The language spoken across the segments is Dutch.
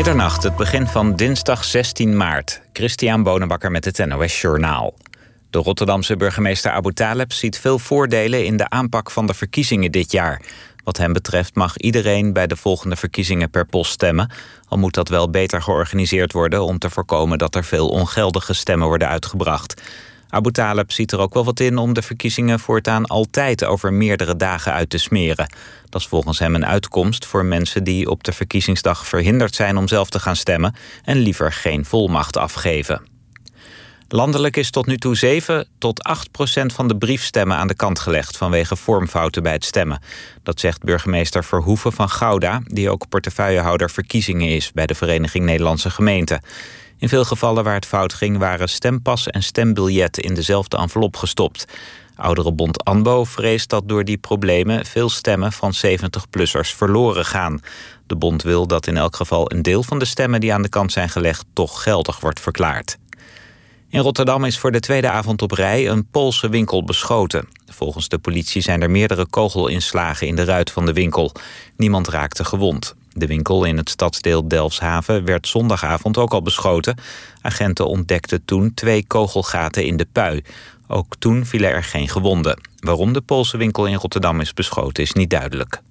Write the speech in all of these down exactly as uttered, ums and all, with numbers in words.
Middernacht, het begin van dinsdag zestien maart. Christian Bonenbakker met het N O S Journaal. De Rotterdamse burgemeester Abu Taleb ziet veel voordelen in de aanpak van de verkiezingen dit jaar. Wat hem betreft mag iedereen bij de volgende verkiezingen per post stemmen. Al moet dat wel beter georganiseerd worden om te voorkomen dat er veel ongeldige stemmen worden uitgebracht. Abu Taleb ziet er ook wel wat in om de verkiezingen voortaan altijd over meerdere dagen uit te smeren. Dat is volgens hem een uitkomst voor mensen die op de verkiezingsdag verhinderd zijn om zelf te gaan stemmen en liever geen volmacht afgeven. Landelijk is tot nu toe zeven tot acht procent van de briefstemmen aan de kant gelegd vanwege vormfouten bij het stemmen. Dat zegt burgemeester Verhoeven van Gouda, die ook portefeuillehouder verkiezingen is bij de Vereniging Nederlandse Gemeenten. In veel gevallen waar het fout ging waren stempas en stembiljet in dezelfde envelop gestopt. Ouderenbond ANBO vreest dat door die problemen veel stemmen van zeventig-plussers verloren gaan. De bond wil dat in elk geval een deel van de stemmen die aan de kant zijn gelegd toch geldig wordt verklaard. In Rotterdam is voor de tweede avond op rij een Poolse winkel beschoten. Volgens de politie zijn er meerdere kogelinslagen in de ruit van de winkel. Niemand raakte gewond. De winkel in het stadsdeel Delfshaven werd zondagavond ook al beschoten. Agenten ontdekten toen twee kogelgaten in de pui. Ook toen vielen er geen gewonden. Waarom de Poolse winkel in Rotterdam is beschoten is niet duidelijk.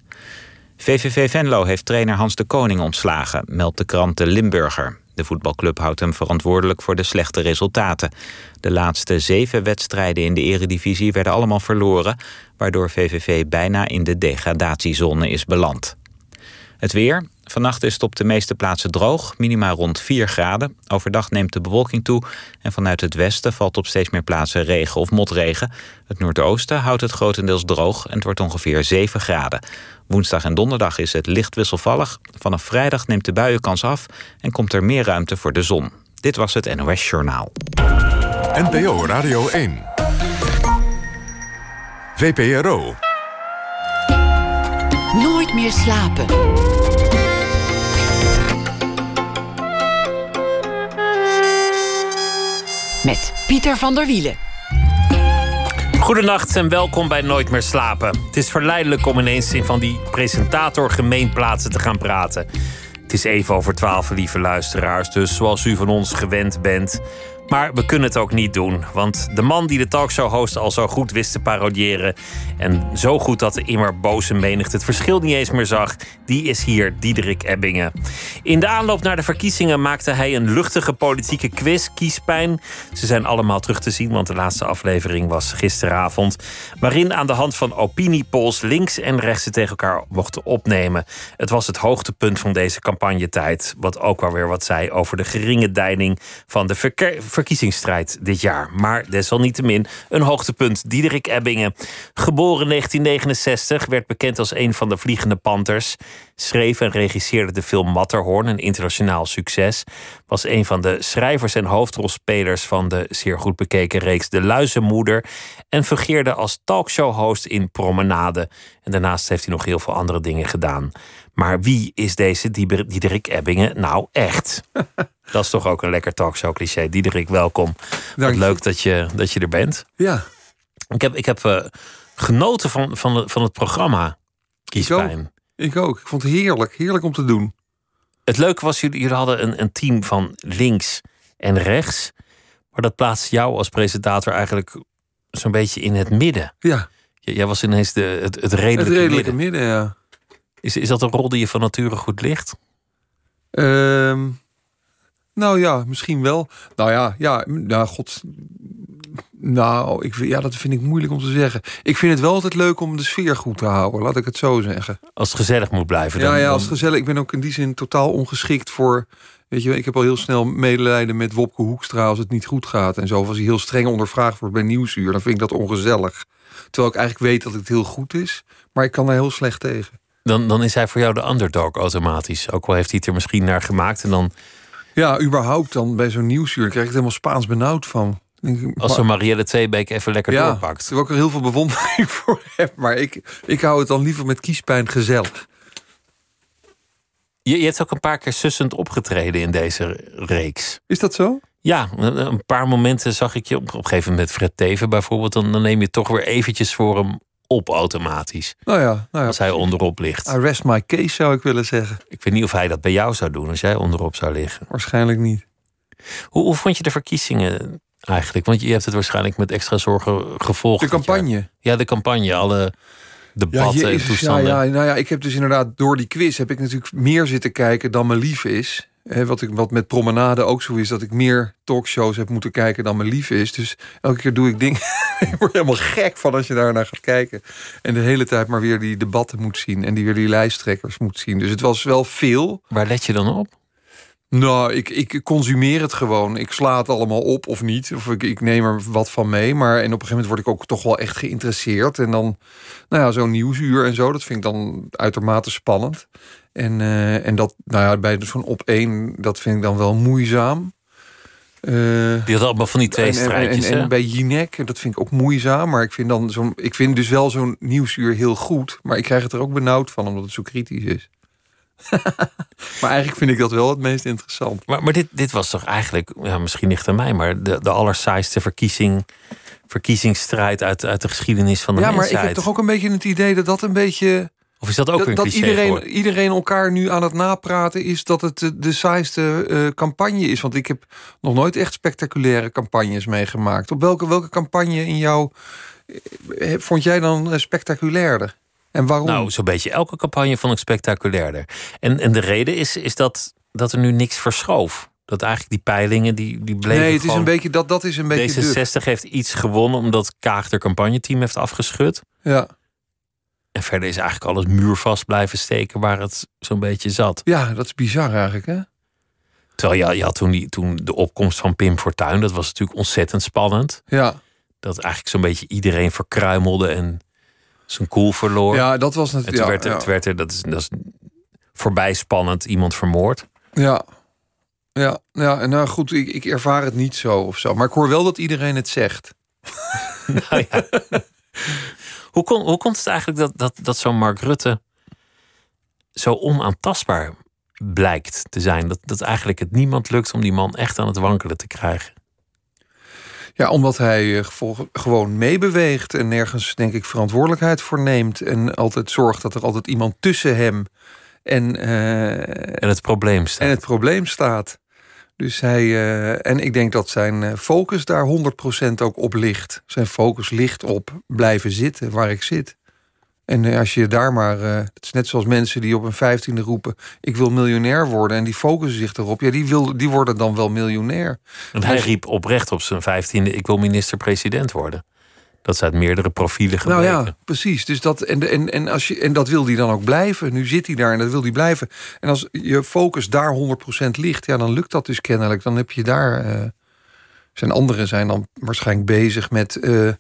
V V V Venlo heeft trainer Hans de Koning ontslagen, meldt de krant De Limburger. De voetbalclub houdt hem verantwoordelijk voor de slechte resultaten. De laatste zeven wedstrijden in de eredivisie werden allemaal verloren, waardoor V V V bijna in de degradatiezone is beland. Het weer. Vannacht is het op de meeste plaatsen droog, minima rond vier graden. Overdag neemt de bewolking toe en vanuit het westen valt op steeds meer plaatsen regen of motregen. Het noordoosten houdt het grotendeels droog en het wordt ongeveer zeven graden. Woensdag en donderdag is het licht wisselvallig. Vanaf vrijdag neemt de buienkans af en komt er meer ruimte voor de zon. Dit was het N O S Journaal. N P O Radio één. V P R O. Nooit meer slapen. Met Pieter van der Wielen. Goedenacht en welkom bij Nooit meer slapen. Het is verleidelijk om ineens in van die presentator-gemeenplaatsen te gaan praten. Het is even over twaalf, lieve luisteraars, dus zoals u van ons gewend bent. Maar we kunnen het ook niet doen, want de man die de talkshow-host al zo goed wist te parodiëren en zo goed dat de immer boze menigte het verschil niet eens meer zag, die is hier, Diederik Ebbingen. In de aanloop naar de verkiezingen maakte hij een luchtige politieke quiz, Kiespijn. Ze zijn allemaal terug te zien, want de laatste aflevering was gisteravond, waarin aan de hand van opiniepolls links en rechts het tegen elkaar mochten opnemen. Het was het hoogtepunt van deze campagnetijd, wat ook wel weer wat zei over de geringe deining van de verkeer. verkiezingsstrijd dit jaar. Maar desalniettemin een hoogtepunt. Diederik Ebbingen, geboren negentien negenenzestig, werd bekend als een van de Vliegende Panthers. Schreef en regisseerde de film Matterhorn, een internationaal succes. Was een van de schrijvers en hoofdrolspelers van de zeer goed bekeken reeks De Luizenmoeder. En fungeerde als talkshow-host in Promenade. En daarnaast heeft hij nog heel veel andere dingen gedaan. Maar wie is deze Diederik Ebbingen nou echt? Dat is toch ook een lekker talkshow-cliché. Diederik, welkom. Wat leuk dat je, dat je er bent. Ja. Ik heb, ik heb uh, genoten van, van, de, van het programma Kiespijn. Ik ook. ik ook. Ik vond het heerlijk. Heerlijk om te doen. Het leuke was, jullie, jullie hadden een, een team van links en rechts. Maar dat plaatst jou als presentator eigenlijk zo'n beetje in het midden. Ja. J- jij was ineens de, het, het redelijke, het redelijke midden. midden, ja. Is, is dat een rol die je van nature goed ligt? Um, nou ja, misschien wel. Nou ja, ja, nou god. Nou, ik, ja, dat vind ik moeilijk om te zeggen. Ik vind het wel altijd leuk om de sfeer goed te houden, laat ik het zo zeggen. Als het gezellig moet blijven. Dan, ja, ja, als het gezellig. Ik ben ook in die zin totaal ongeschikt voor. Weet je, ik heb al heel snel medelijden met Wopke Hoekstra als het niet goed gaat en zo. Of als hij heel streng ondervraagd wordt bij Nieuwsuur, dan vind ik dat ongezellig. Terwijl ik eigenlijk weet dat het heel goed is, maar ik kan daar heel slecht tegen. Dan, dan is hij voor jou de underdog automatisch. Ook al heeft hij het er misschien naar gemaakt. En dan... Ja, überhaupt dan bij zo'n Nieuwsuur dan krijg ik het helemaal Spaans benauwd van. Als zo'n Marielle Tweebeke even lekker ja, doorpakt. Terwijl ik er heel veel bewondering voor heb. Maar ik, ik hou het dan liever met Kiespijn gezellig. Je, je hebt ook een paar keer sussend opgetreden in deze reeks. Is dat zo? Ja, een paar momenten zag ik je op, op een gegeven moment met Fred Teven bijvoorbeeld. Dan, dan neem je toch weer eventjes voor hem op automatisch. Nou ja, nou ja, als hij precies. onderop ligt. I rest my case, zou ik willen zeggen. Ik weet niet of hij dat bij jou zou doen als jij onderop zou liggen. Waarschijnlijk niet. Hoe, hoe vond je de verkiezingen eigenlijk? Want je hebt het waarschijnlijk met extra zorgen gevolgd. De campagne. Ja, de campagne. Alle debatten ja, en toestanden. Ja, ja, nou ja, ik heb dus inderdaad door die quiz heb ik natuurlijk meer zitten kijken dan me lief is. He, wat, ik, wat met Promenade ook zo is, dat ik meer talkshows heb moeten kijken dan me lief is. Dus elke keer doe ik dingen. Ik word helemaal gek van als je daar naar gaat kijken. En de hele tijd maar weer die debatten moet zien. En die weer die lijsttrekkers moet zien. Dus het was wel veel. Waar let je dan op? Nou, ik, ik consumeer het gewoon. Ik sla het allemaal op of niet. Of ik, ik neem er wat van mee. Maar en op een gegeven moment word ik ook toch wel echt geïnteresseerd. En dan, nou ja, zo'n nieuwsuur en zo. Dat vind ik dan uitermate spannend. En, uh, en dat, nou ja, bij zo'n op één, dat vind ik dan wel moeizaam. Uh, die had allemaal van die twee strijdjes. En, en, en bij Jinek, dat vind ik ook moeizaam. Maar ik vind, dan zo'n, ik vind dus wel zo'n nieuwsuur heel goed. Maar ik krijg het er ook benauwd van, omdat het zo kritisch is. Maar eigenlijk vind ik dat wel het meest interessant. Maar, maar dit, dit was toch eigenlijk, ja, misschien ligt aan mij, maar de, de allersaaiste verkiezing, verkiezingsstrijd uit, uit de geschiedenis van de ja, mensheid. Maar ik heb toch ook een beetje het idee dat dat een beetje. Of is dat ook dat, een dat cliché iedereen, geworden? iedereen elkaar nu aan het napraten is dat het de, de saaiste uh, campagne is. Want ik heb nog nooit echt spectaculaire campagnes meegemaakt. Op welke, welke campagne in jou uh, vond jij dan uh, spectaculairder? En waarom? Nou, zo'n beetje elke campagne vond ik spectaculairder. En, en de reden is, is dat, dat er nu niks verschoof. Dat eigenlijk die peilingen, die, die bleven Nee, het is gewoon... een beetje, dat, dat is een beetje D zesenzestig heeft iets gewonnen omdat Kaag haar campagneteam heeft afgeschud. Ja. En verder is eigenlijk alles muurvast blijven steken waar het zo'n beetje zat. Ja, dat is bizar eigenlijk, hè? Terwijl ja, je had toen, die, toen de opkomst van Pim Fortuyn, dat was natuurlijk ontzettend spannend. Ja. Dat eigenlijk zo'n beetje iedereen verkruimelde en zijn koel verloor. Ja, dat was natuurlijk. En toen ja, werd er, ja. het werd er, dat is, dat is voorbij spannend, iemand vermoord. Ja. Ja, ja, en nou goed, ik, ik ervaar het niet zo of zo. Maar ik hoor wel dat iedereen het zegt. Nou ja. Hoe, kon, hoe komt het eigenlijk dat, dat, dat zo'n Mark Rutte zo onaantastbaar blijkt te zijn? Dat, dat eigenlijk het niemand lukt om die man echt aan het wankelen te krijgen? Ja, omdat hij uh, gevolg, gewoon meebeweegt en nergens, denk ik, verantwoordelijkheid voor neemt. En altijd zorgt dat er altijd iemand tussen hem en, uh, en het probleem staat. En het probleem staat. Dus hij, uh, en ik denk dat zijn focus daar honderd procent ook op ligt. Zijn focus ligt op blijven zitten waar ik zit. En uh, als je daar maar, uh, het is net zoals mensen die op een vijftiende roepen, ik wil miljonair worden, en die focussen zich erop. Ja, die, wil, die worden dan wel miljonair. En hij riep oprecht op zijn vijftiende, ik wil minister-president worden. Dat is uit meerdere profielen gebleken. Nou ja, precies. Dus dat, en, en, en, als je, en dat wil hij dan ook blijven. Nu zit hij daar en dat wil hij blijven. En als je focus daar honderd procent ligt, ja, dan lukt dat dus kennelijk. Dan heb je daar. Uh, zijn anderen zijn dan waarschijnlijk bezig met. Uh,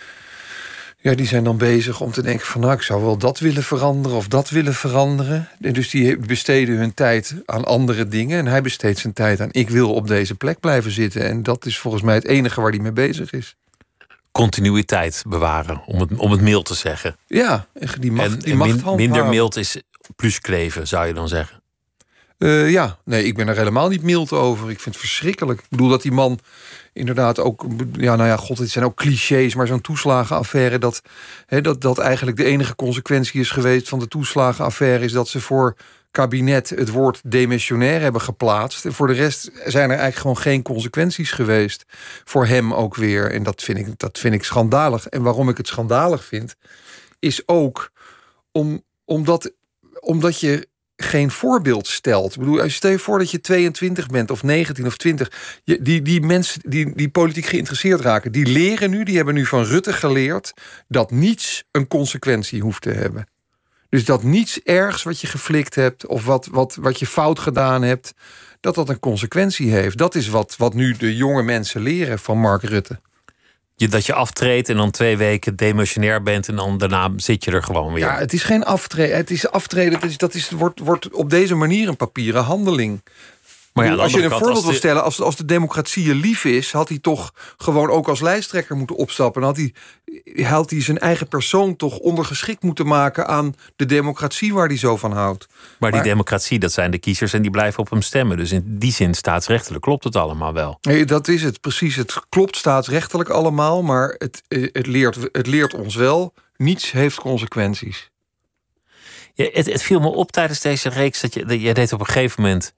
ja, die zijn dan bezig om te denken van, nou, ik zou wel dat willen veranderen of dat willen veranderen. En dus die besteden hun tijd aan andere dingen. En hij besteedt zijn tijd aan, ik wil op deze plek blijven zitten. En dat is volgens mij het enige waar hij mee bezig is. Continuïteit bewaren, om het, om het mild te zeggen. Ja, die macht, en, die en macht min, handhaven. minder mild is plus kleven, zou je dan zeggen? Uh, ja, nee, ik ben er helemaal niet mild over. Ik vind het verschrikkelijk. Ik bedoel dat die man inderdaad ook, ja, nou ja, god, het zijn ook clichés, maar zo'n toeslagenaffaire, dat, he, dat, dat eigenlijk de enige consequentie is geweest van de toeslagenaffaire, is dat ze voor kabinet het woord demissionair hebben geplaatst. En voor de rest zijn er eigenlijk gewoon geen consequenties geweest. Voor hem ook weer. En dat vind ik, dat vind ik schandalig. En waarom ik het schandalig vind, is ook om, omdat, omdat je geen voorbeeld stelt. Ik bedoel, als je stel je voor dat je tweeëntwintig bent of negentien of twintig, je, die, die mensen die, die politiek geïnteresseerd raken, die leren nu, die hebben nu van Rutte geleerd dat niets een consequentie hoeft te hebben. Dus dat niets ergs wat je geflikt hebt of wat, wat, wat je fout gedaan hebt, dat dat een consequentie heeft. Dat is wat, wat nu de jonge mensen leren van Mark Rutte. Je, dat je aftreedt en dan twee weken demissionair bent en dan daarna zit je er gewoon weer. Ja, het is geen aftreden. Het is aftreden. Het is, dat is, wordt, wordt op deze manier een papieren handeling. Maar ja, als je een kant, voorbeeld wil de... stellen, als, als de democratie je lief is, had hij toch gewoon ook als lijsttrekker moeten opstappen. Had hij, had hij zijn eigen persoon toch ondergeschikt moeten maken aan de democratie waar hij zo van houdt. Maar die maar, democratie, dat zijn de kiezers en die blijven op hem stemmen. Dus in die zin, staatsrechtelijk, klopt het allemaal wel. Nee, dat is het, precies. Het klopt staatsrechtelijk allemaal, maar het, het, leert, het leert ons wel, Niets heeft consequenties. Ja, het, het viel me op tijdens deze reeks dat je, dat je deed op een gegeven moment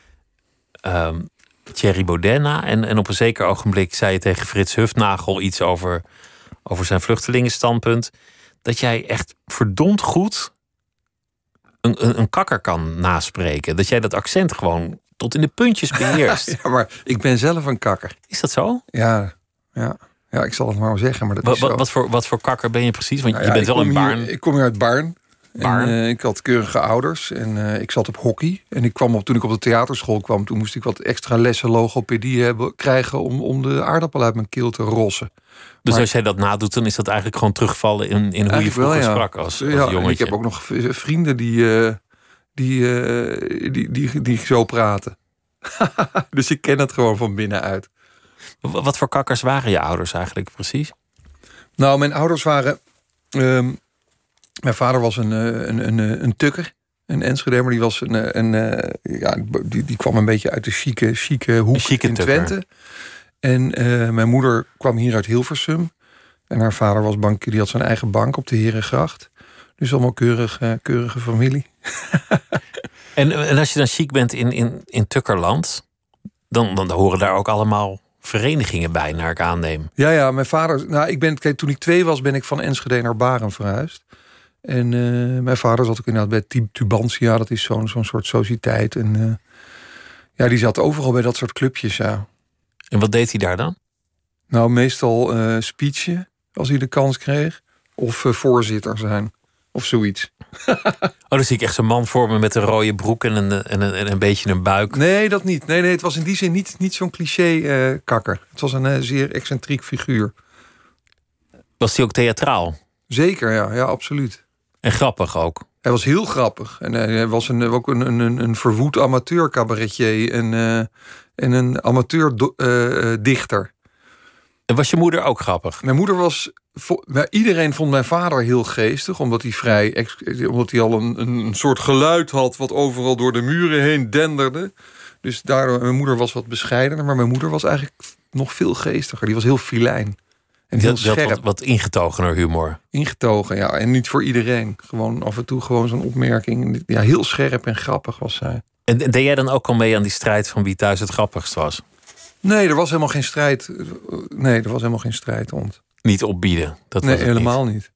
um, Thierry Baudet na. En, en op een zeker ogenblik zei je tegen Frits Hufnagel iets over, over zijn vluchtelingenstandpunt. Dat jij echt verdomd goed een, een, een kakker kan naspreken. Dat jij dat accent gewoon tot in de puntjes beheerst. Ja, maar ik ben zelf een kakker. Is dat zo? Ja, ja. Ja, ik zal het maar zeggen. Maar dat Wat, is zo. wat, voor, wat voor kakker ben je precies? Want Nou je ja, bent wel ik een kom Baarn. Hier, ik kom hier uit Baarn. Baarn. En, uh, ik had keurige ouders en uh, ik zat op hockey. En ik kwam op, toen ik op de theaterschool kwam, toen moest ik wat extra lessen logopedie hebben, krijgen om, om de aardappel uit mijn keel te rossen. Dus maar, als jij dat nadoet, dan is dat eigenlijk gewoon terugvallen in, in hoe je vroeger wel, ja. sprak als, als ja, jongetje. en ik heb ook nog vrienden die, uh, die, uh, die, die, die, die zo praten. Dus ik ken het gewoon van binnenuit. Wat voor kakkers waren je ouders eigenlijk precies? Nou, mijn ouders waren... Um, mijn vader was een, een, een, een tukker, een Enschede, maar die was een, een, een ja, die, die kwam een beetje uit de chique, chique hoek chique in tukker. Twente. En uh, mijn moeder kwam hier uit Hilversum. En haar vader was bankier, die had zijn eigen bank op de Herengracht. Dus allemaal keurig, uh, keurige familie. en, en als je dan chic bent in, in, in Tukkerland, dan, dan horen daar ook allemaal verenigingen bij, naar ik aanneem. Ja, ja, mijn vader... Nou, ik ben, kijk, toen ik twee was, ben ik van Enschede naar Baren verhuisd. En uh, mijn vader zat ook inderdaad bij Tubantia. Dat is zo'n zo'n soort sociëteit. En uh, ja, die zat overal bij dat soort clubjes, ja. En wat deed hij daar dan? Nou, meestal uh, speechen, als hij de kans kreeg. Of uh, voorzitter zijn. Of zoiets. Oh, dan zie ik echt zo'n man voor me met een rode broek en een, en een, en een beetje een buik. Nee, dat niet. Nee, nee, het was in die zin niet, niet zo'n cliché uh, kakker. Het was een uh, zeer excentriek figuur. Was hij ook theatraal? Zeker, ja. Ja, absoluut. En grappig ook. Hij was heel grappig. En hij was een, ook een, een, een verwoed amateur cabaretier. En, uh, en een amateur do, uh, dichter. En was je moeder ook grappig? Mijn moeder was... Iedereen vond mijn vader heel geestig. Omdat hij, vrij, omdat hij al een, een soort geluid had... wat overal door de muren heen denderde. Dus daardoor... Mijn moeder was wat bescheidener. Maar mijn moeder was eigenlijk nog veel geestiger. Die was heel filijn. En heel die had, scherp. Wat, wat ingetogener humor. Ingetogen, ja. En niet voor iedereen. Gewoon af en toe gewoon zo'n opmerking. Ja, heel scherp en grappig was zij. En, en deed jij dan ook al mee aan die strijd van wie thuis het grappigst was? Nee, er was helemaal geen strijd. Nee, er was helemaal geen strijd rond. Niet opbieden? Dat nee, was het helemaal niet. niet.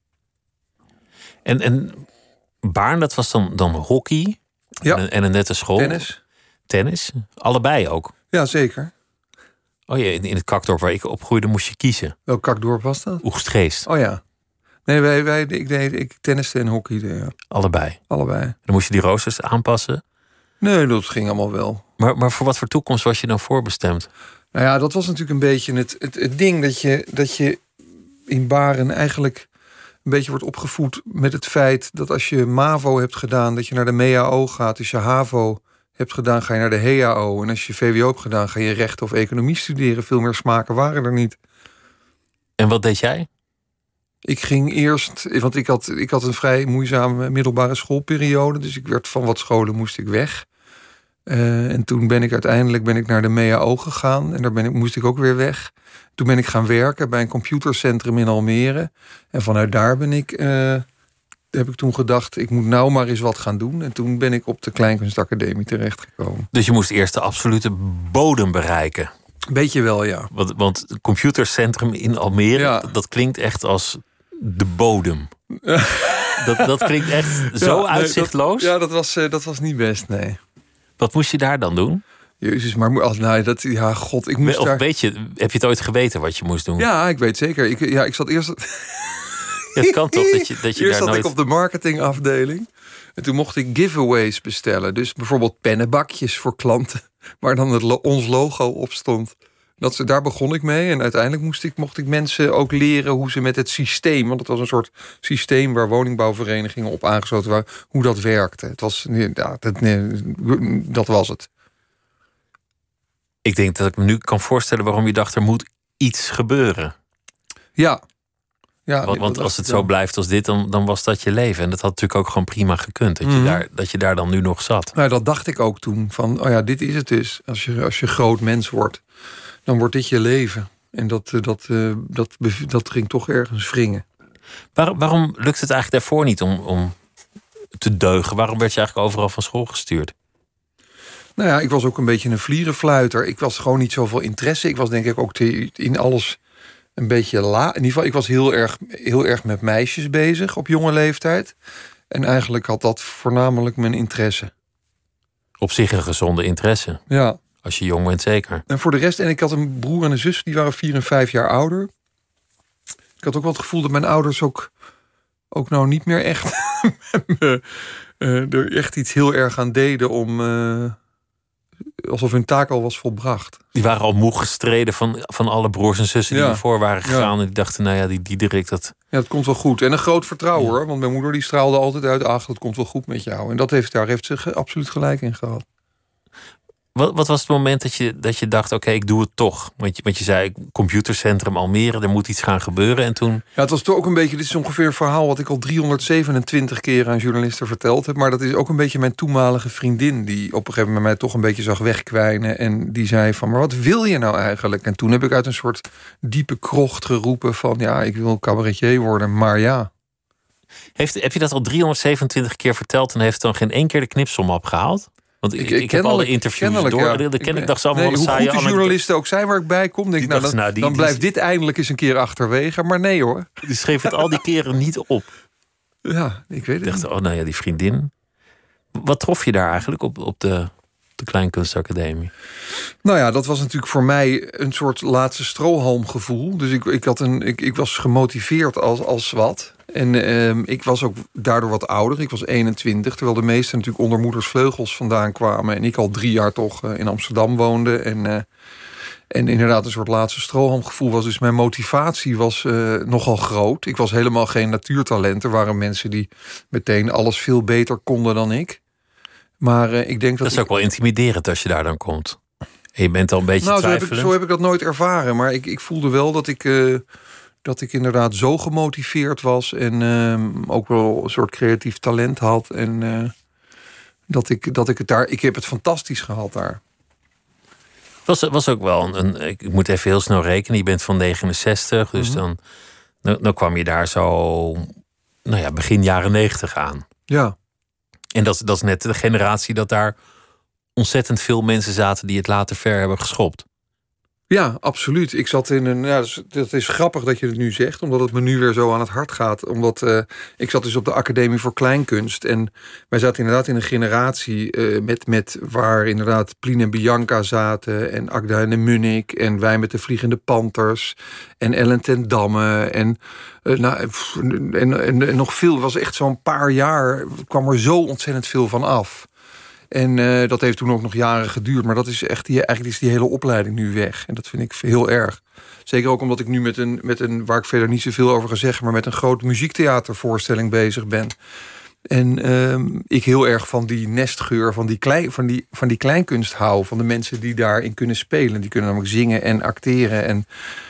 En, en Baarn, dat was dan, dan hockey? Ja. En, en een nette school? Tennis. Tennis? Allebei ook? Ja, zeker. Oh ja, in het Kakdorp waar ik opgroeide moest je kiezen. Welk kakdorp was dat? Oegstgeest. Oh ja. Nee, wij, wij, ik deed ik tenniste en hockeyde, ja. Allebei. Allebei. Dan moest je die roosters aanpassen? Nee, dat ging allemaal wel. Maar, maar voor wat voor toekomst was je dan voorbestemd? Nou ja, dat was natuurlijk een beetje het, het, het ding dat je, dat je in Baren eigenlijk een beetje wordt opgevoed met het feit dat als je MAVO hebt gedaan, dat je naar de M A O gaat. Als je HAVO hebt gedaan, ga je naar de H A O. En als je V W O hebt gedaan, ga je rechten of economie studeren. Veel meer smaken waren er niet. En wat deed jij? Ik ging eerst, want ik had, ik had een vrij moeizame middelbare schoolperiode. Dus ik werd van wat scholen moest ik weg. Uh, en toen ben ik uiteindelijk ben ik naar de M A O gegaan. En daar ben ik, moest ik ook weer weg. Toen ben ik gaan werken bij een computercentrum in Almere. En vanuit daar ben ik, uh, heb ik toen gedacht, ik moet nou maar eens wat gaan doen. En toen ben ik op de Kleinkunstacademie terechtgekomen. Dus je moest eerst de absolute bodem bereiken? Beetje wel, ja. Want, want het computercentrum in Almere, ja. dat klinkt echt als de bodem. dat, dat klinkt echt zo ja, uitzichtloos. Nee, dat, ja, dat was, uh, dat was niet best, nee. Wat moest je daar dan doen? Jezus, maar als, nou, dat, ja, god, ik moest of daar... weet je, heb je het ooit geweten wat je moest doen? Ja, ik weet zeker. Ik, ja, ik zat eerst... Ja, het kan toch dat je, dat je eerst daar zat nooit... ik op de marketingafdeling. En toen mocht ik giveaways bestellen. Dus bijvoorbeeld pennenbakjes voor klanten. Waar dan het lo- ons logo op stond. Dat ze, daar begon ik mee. En uiteindelijk moest ik, mocht ik mensen ook leren hoe ze met het systeem... want het was een soort systeem waar woningbouwverenigingen op aangesloten waren... hoe dat werkte. Het was, ja, dat, nee, dat was het. Ik denk dat ik me nu kan voorstellen waarom je dacht... er moet iets gebeuren. Ja. ja want want als het zo blijft als dit, dan, dan was dat je leven. En dat had natuurlijk ook gewoon prima gekund. Dat je, mm-hmm. daar, dat je daar dan nu nog zat. Nou, dat dacht ik ook toen. Van, oh ja, dit is het dus. Als je, als je groot mens wordt, dan wordt dit je leven. En dat, dat, dat, dat, dat ging toch ergens wringen. Waar, waarom lukt het eigenlijk daarvoor niet om, om te deugen? Waarom werd je eigenlijk overal van school gestuurd? Nou ja, ik was ook een beetje een vlierenfluiter. Ik was gewoon niet zoveel interesse. Ik was denk ik ook te, in alles een beetje la. In ieder geval, ik was heel erg, heel erg met meisjes bezig op jonge leeftijd. En eigenlijk had dat voornamelijk mijn interesse. Op zich een gezonde interesse. Ja. Als je jong bent, zeker. En voor de rest, en ik had een broer en een zus, die waren vier en vijf jaar ouder. Ik had ook wel het gevoel dat mijn ouders ook, ook nou niet meer echt, me, uh, er echt iets heel erg aan deden om, uh, alsof hun taak al was volbracht. Die waren al moe gestreden van, van alle broers en zussen die ja. ervoor waren gegaan. Ja. En die dachten, nou ja, die Diederik, dat... Ja, dat komt wel goed. En een groot vertrouwen ja. hoor. Want mijn moeder die straalde altijd uit, ach, dat komt wel goed met jou. En dat heeft, daar heeft ze ge, absoluut gelijk in gehad. Wat, wat was het moment dat je, dat je dacht, oké, okay, ik doe het toch? Want je, want je zei, computercentrum Almere, er moet iets gaan gebeuren. En toen... Ja, het was toch ook een beetje, dit is ongeveer een verhaal wat ik al driehonderdzevenentwintig keer aan journalisten verteld heb. Maar dat is ook een beetje mijn toenmalige vriendin, die op een gegeven moment mij toch een beetje zag wegkwijnen. En die zei van, maar wat wil je nou eigenlijk? En toen heb ik uit een soort diepe krocht geroepen van, ja, ik wil cabaretier worden, maar ja. Heeft, heb je dat al driehonderdzevenentwintig keer verteld en heeft dan geen één keer de knipsom opgehaald? Want ik, ik, ik heb alle interviews door. Ja. De ken ik dacht ze allemaal nee, wat hoe saaie goed de journalisten ook zijn waar ik bij kom, denk ik, nou, dan, nou, die, dan blijft die... dit eindelijk eens een keer achterwege. Maar nee hoor. Die schreef het al die keren niet op. Ja, ik weet het ik dacht, niet. Oh, nou ja, die vriendin. Wat trof je daar eigenlijk op, op de, de Kleinkunstacademie? Nou ja, dat was natuurlijk voor mij een soort laatste strohalmgevoel. Dus ik, ik, had een, ik, ik was gemotiveerd als, als wat. En uh, ik was ook daardoor wat ouder. Ik was eenentwintig, terwijl de meesten natuurlijk onder moeders vleugels vandaan kwamen. En ik al drie jaar toch uh, in Amsterdam woonde. En, uh, en inderdaad een soort laatste strohalmgevoel was. Dus mijn motivatie was uh, nogal groot. Ik was helemaal geen natuurtalent. Er waren mensen die meteen alles veel beter konden dan ik. Maar uh, ik denk dat... Dat is ook ik... wel intimiderend als je daar dan komt. En je bent al een beetje nou, twijfelend. Zo heb, ik, zo heb ik dat nooit ervaren. Maar ik, ik voelde wel dat ik... Uh, dat ik inderdaad zo gemotiveerd was en uh, ook wel een soort creatief talent had. En uh, dat, ik, dat ik het daar... Ik heb het fantastisch gehad daar. Was, was ook wel een, een... Ik moet even heel snel rekenen. Je bent van negenenzestig, dus mm-hmm. dan, dan... Dan kwam je daar zo... Nou ja, begin jaren negentig aan. Ja. En dat, dat is net de generatie dat daar ontzettend veel mensen zaten die het later ver hebben geschopt. Ja, absoluut. Ik zat in een... Ja, dat is, dat is grappig dat je het nu zegt, omdat het me nu weer zo aan het hart gaat. Omdat uh, ik zat dus op de Academie voor Kleinkunst. En wij zaten inderdaad in een generatie uh, met, met waar inderdaad Plien en Bianca zaten. En Agda en de Munnik. En wij met de Vliegende Panthers. En Ellen ten Damme. En, uh, nou, en, en, en nog veel. Het was echt zo'n paar jaar. Kwam er zo ontzettend veel van af. En uh, dat heeft toen ook nog jaren geduurd. Maar dat is echt die, eigenlijk is die hele opleiding nu weg. En dat vind ik heel erg. Zeker ook omdat ik nu met een, met een, waar ik verder niet zoveel over ga zeggen, maar met een grote muziektheatervoorstelling bezig ben. En uh, ik heel erg van die nestgeur, van die, klei, van, die, van die kleinkunst hou. Van de mensen die daarin kunnen spelen. Die kunnen namelijk zingen en acteren. En,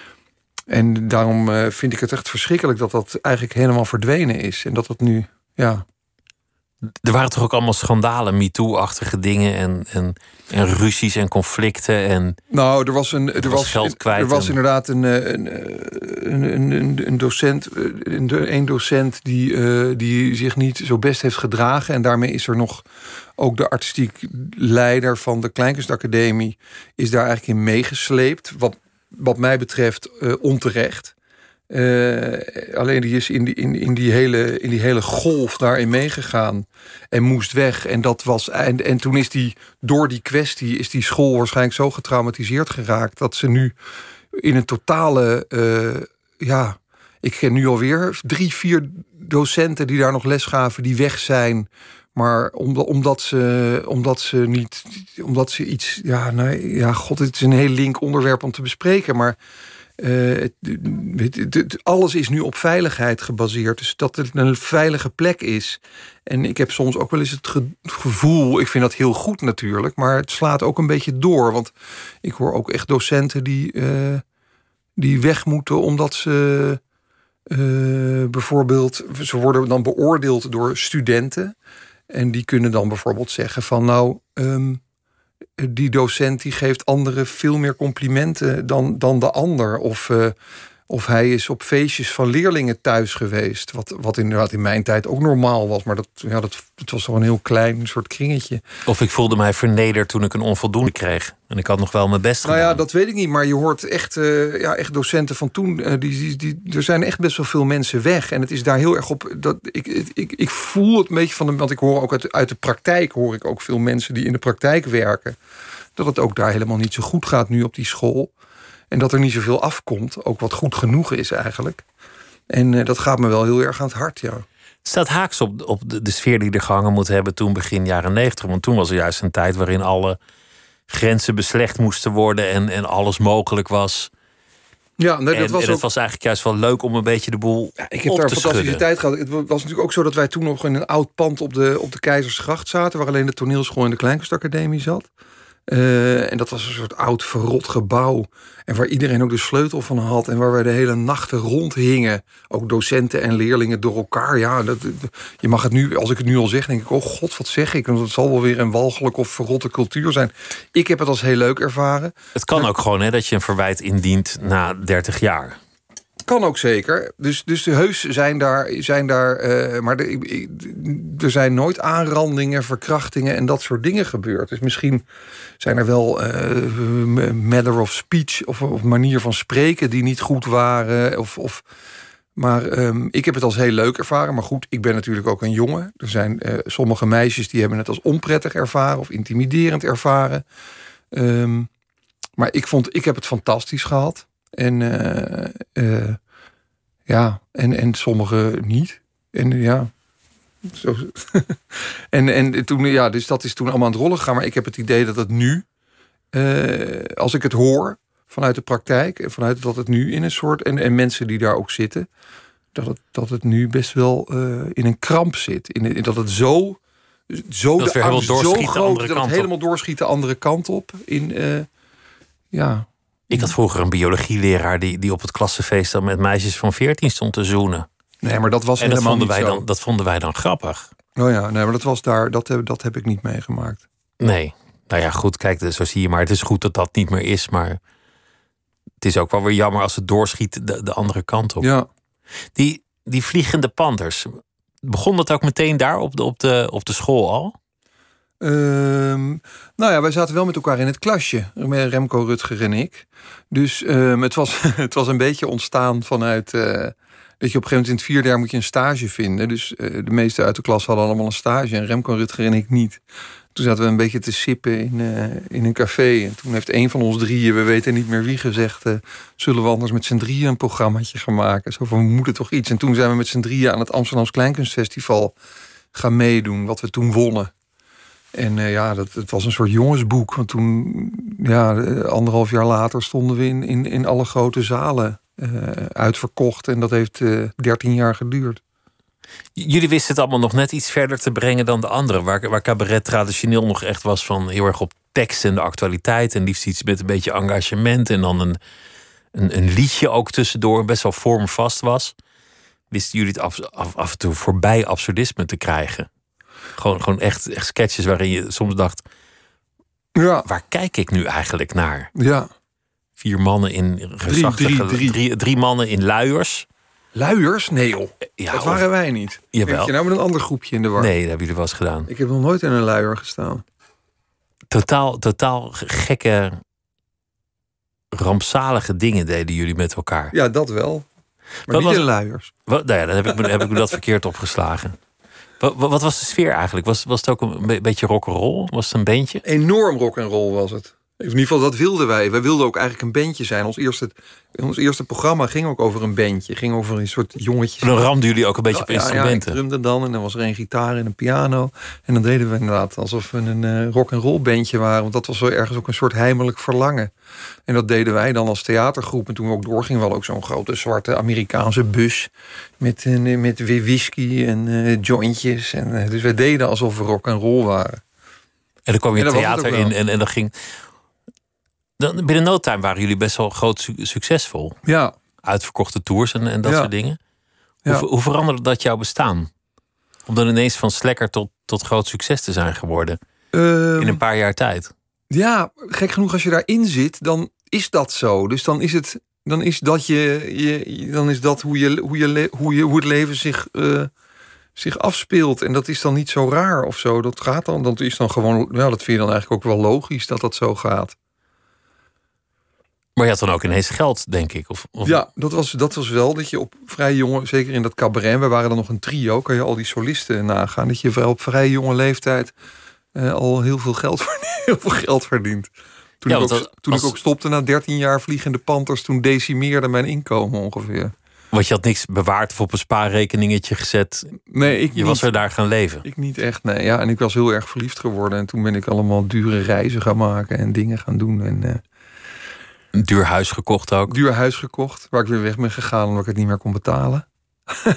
en daarom uh, vind ik het echt verschrikkelijk dat dat eigenlijk helemaal verdwenen is. En dat dat nu, ja... Er waren toch ook allemaal schandalen, MeToo-achtige dingen en, en, en ruzies en conflicten en... Nou, er was een, er was, was geld kwijt. Er was en... inderdaad een, een, een, een, een docent, een, een docent die, uh, die zich niet zo best heeft gedragen. En daarmee is er nog ook de artistiek leider van de Kleinkunstacademie is daar eigenlijk in meegesleept. Wat, wat mij betreft uh, onterecht. Uh, alleen die is in die, in, in, die hele, in die hele golf daarin meegegaan en moest weg. En, dat was, en, en toen is die, door die kwestie, is die school waarschijnlijk zo getraumatiseerd geraakt dat ze nu in een totale... Uh, ja, ik ken nu alweer drie, vier docenten die daar nog les gaven, die weg zijn. Maar omdat, omdat, ze, omdat ze niet... Omdat ze iets... Ja, nou, ja, god, het is een heel link onderwerp om te bespreken, maar... Uh, het, het, het, alles is nu op veiligheid gebaseerd. Dus dat het een veilige plek is. En ik heb soms ook wel eens het ge, gevoel... ik vind dat heel goed natuurlijk... maar het slaat ook een beetje door. Want ik hoor ook echt docenten die, uh, die weg moeten... omdat ze uh, bijvoorbeeld... ze worden dan beoordeeld door studenten... en die kunnen dan bijvoorbeeld zeggen van... nou. Um, die docent die geeft anderen veel meer complimenten dan, dan de ander. Of, uh, Of hij is op feestjes van leerlingen thuis geweest. Wat, wat inderdaad in mijn tijd ook normaal was. Maar dat, ja, dat, het was toch een heel klein soort kringetje. Of ik voelde mij vernederd toen ik een onvoldoende kreeg. En ik had nog wel mijn best gedaan. Nou ja, dat weet ik niet. Maar je hoort echt, uh, ja, echt docenten van toen. Uh, die, die, die, er zijn echt best wel veel mensen weg. En het is daar heel erg op. Dat, ik, ik, ik voel het een beetje van de. Want ik hoor ook uit, uit de praktijk. Hoor ik ook veel mensen die in de praktijk werken. Dat het ook daar helemaal niet zo goed gaat nu op die school. En dat er niet zoveel afkomt. Ook wat goed genoeg is eigenlijk. En uh, dat gaat me wel heel erg aan het hart, ja. Staat haaks op, op de, de sfeer die er gehangen moet hebben toen begin jaren negentig. Want toen was er juist een tijd waarin alle grenzen beslecht moesten worden. En, en alles mogelijk was. Ja, nee, dat en, was en ook... het was eigenlijk juist wel leuk om een beetje de boel ja, ik heb op daar te een fantastische schudden. tijd gehad. Het was natuurlijk ook zo dat wij toen nog in een oud pand op de, op de Keizersgracht zaten. Waar alleen de toneelschool en de Kleinkunstacademie zat. Uh, en dat was een soort oud verrot gebouw. En waar iedereen ook de sleutel van had. En waar wij de hele nachten rondhingen. Ook docenten en leerlingen door elkaar. Ja, dat, je mag het nu, als ik het nu al zeg, denk ik, oh god, wat zeg ik? Want het zal wel weer een walgelijk of verrotte cultuur zijn. Ik heb het als heel leuk ervaren. Het kan ook gewoon, hè, dat je een verwijt indient na dertig jaar. Kan ook zeker. Dus, dus de heus zijn daar... Zijn daar uh, maar de, ik, er zijn nooit aanrandingen, verkrachtingen en dat soort dingen gebeurd. Dus misschien zijn er wel uh, matter of speech of, of manier van spreken die niet goed waren. Of, of, maar um, ik heb het als heel leuk ervaren. Maar goed, ik ben natuurlijk ook een jongen. Er zijn uh, sommige meisjes die hebben het als onprettig ervaren of intimiderend ervaren. Um, maar ik, vond, ik heb het fantastisch gehad. En uh, uh, ja, en, en sommigen niet. En ja, zo. en, en toen, ja, dus dat is toen allemaal aan het rollen gegaan. Maar ik heb het idee dat het nu, uh, als ik het hoor vanuit de praktijk, en vanuit dat het nu in een soort, en, en mensen die daar ook zitten, dat het, dat het nu best wel uh, in een kramp zit. In, in dat het zo, zo dat de angst zo groot dat het helemaal op. doorschiet de andere kant op. In, uh, ja. Ik had vroeger een biologieleraar die, die op het klassenfeest dan met meisjes van veertien stond te zoenen. Nee, maar dat was en dat helemaal vonden niet wij zo. Dan, dat vonden wij dan grappig. Oh ja, nee, maar dat was daar, dat heb, dat heb ik niet meegemaakt. Nee, nou ja, goed, kijk, zo zie je maar. Het is goed dat dat niet meer is, maar het is ook wel weer jammer als het doorschiet de, de andere kant op. Ja. Die, die vliegende panthers, begon dat ook meteen daar op de, op de, op de school al? Um, nou ja, wij zaten wel met elkaar in het klasje. Remco, Rutger en ik. Dus um, het, was, het was een beetje ontstaan vanuit Uh, dat je op een gegeven moment in het vierde jaar moet je een stage vinden. Dus uh, de meesten uit de klas hadden allemaal een stage. En Remco, Rutger en ik niet. Toen zaten we een beetje te sippen in, uh, in een café. En toen heeft een van ons drieën, we weten niet meer wie, gezegd, Uh, zullen we anders met z'n drieën een programmaatje gaan maken? Zo van, we moeten toch iets. En toen zijn we met z'n drieën aan het Amsterdamse Kleinkunstfestival gaan meedoen. Wat we toen wonnen. En uh, ja, dat, het was een soort jongensboek. Want toen, ja, anderhalf jaar later stonden we in, in, in alle grote zalen uh, uitverkocht. En dat heeft uh, dertien jaar geduurd. Jullie wisten het allemaal nog net iets verder te brengen dan de anderen. Waar, waar cabaret traditioneel nog echt was van heel erg op tekst en de actualiteit. En liefst iets met een beetje engagement. En dan een, een, een liedje ook tussendoor, best wel vormvast was. Wisten jullie het af, af, af en toe voorbij absurdisme te krijgen? Gewoon, gewoon echt, echt sketches waarin je soms dacht, ja, waar kijk ik nu eigenlijk naar? Ja. Vier mannen in gezachtige... Drie, drie, drie. Drie, drie mannen in luiers. Luiers? Nee joh, Ja, dat of- waren wij niet. Jawel. Denk je nou met een ander groepje in de war? Nee, dat hebben jullie wel eens gedaan. Ik heb nog nooit in een luier gestaan. Totaal, totaal gekke, rampzalige dingen deden jullie met elkaar. Ja, dat wel. Maar Wat niet was- in luiers. Wat, nou ja, dan heb ik, me, heb ik me dat verkeerd opgeslagen. Wat, wat wat was de sfeer eigenlijk? Was, was het ook een be- beetje rock'n'roll? Was het een bandje? Enorm rock'n'roll was het. In ieder geval, dat wilden wij. Wij wilden ook eigenlijk een bandje zijn. Ons eerste, ons eerste programma ging ook over een bandje. Ging over een soort jongetjes. Dan ramden jullie ook een beetje op Ja, ja, ik instrumenten. drumde dan en dan was er een gitaar en een piano. En dan deden we inderdaad alsof we een uh, rock'n'roll bandje waren. Want dat was wel ergens ook een soort heimelijk verlangen. En dat deden wij dan als theatergroep. En toen we ook doorgingen, wel ook zo'n grote zwarte Amerikaanse bus. Met, uh, met weer whisky en uh, jointjes. En, uh, dus wij deden alsof we rock'n'roll waren. En dan kwam je En dat was het theater ook wel. in en, en dan ging... Dan, binnen no time waren jullie best wel groot su- succesvol. Ja. Uitverkochte tours en, en dat Ja. soort dingen. Ja. Hoe, hoe veranderde dat jouw bestaan? Om dan ineens van slekker tot, tot groot succes te zijn geworden. Um, In een paar jaar tijd. Ja, gek genoeg als je daarin zit, dan is dat zo. Dus dan is het dan is dat, je, je, dan is dat hoe, je, hoe, je, hoe, je, hoe het leven zich, uh, zich afspeelt. En dat is dan niet zo raar of zo. Dat gaat dan, dat is dan gewoon, ja, dat vind je dan eigenlijk ook wel logisch dat dat zo gaat. Maar je had dan ook ineens geld, denk ik. Of, of... Ja, dat was, dat was wel dat je op vrij jonge, zeker in dat cabaret, we waren dan nog een trio, kan je al die solisten nagaan, dat je op vrij jonge leeftijd uh, al heel veel geld, heel veel geld verdient. Toen, ja, ik, ook, dat, toen als... ik ook stopte na dertien jaar Vliegende Panthers, toen decimeerde mijn inkomen ongeveer. Want je had niks bewaard of op een spaarrekeningetje gezet. Nee, ik je niet. was er daar gaan leven. Ik niet echt, nee. Ja, en ik was heel erg verliefd geworden. En toen ben ik allemaal dure reizen gaan maken en dingen gaan doen. En, uh, een duur huis gekocht ook? Duur huis gekocht, waar ik weer weg ben gegaan omdat ik het niet meer kon betalen. oh,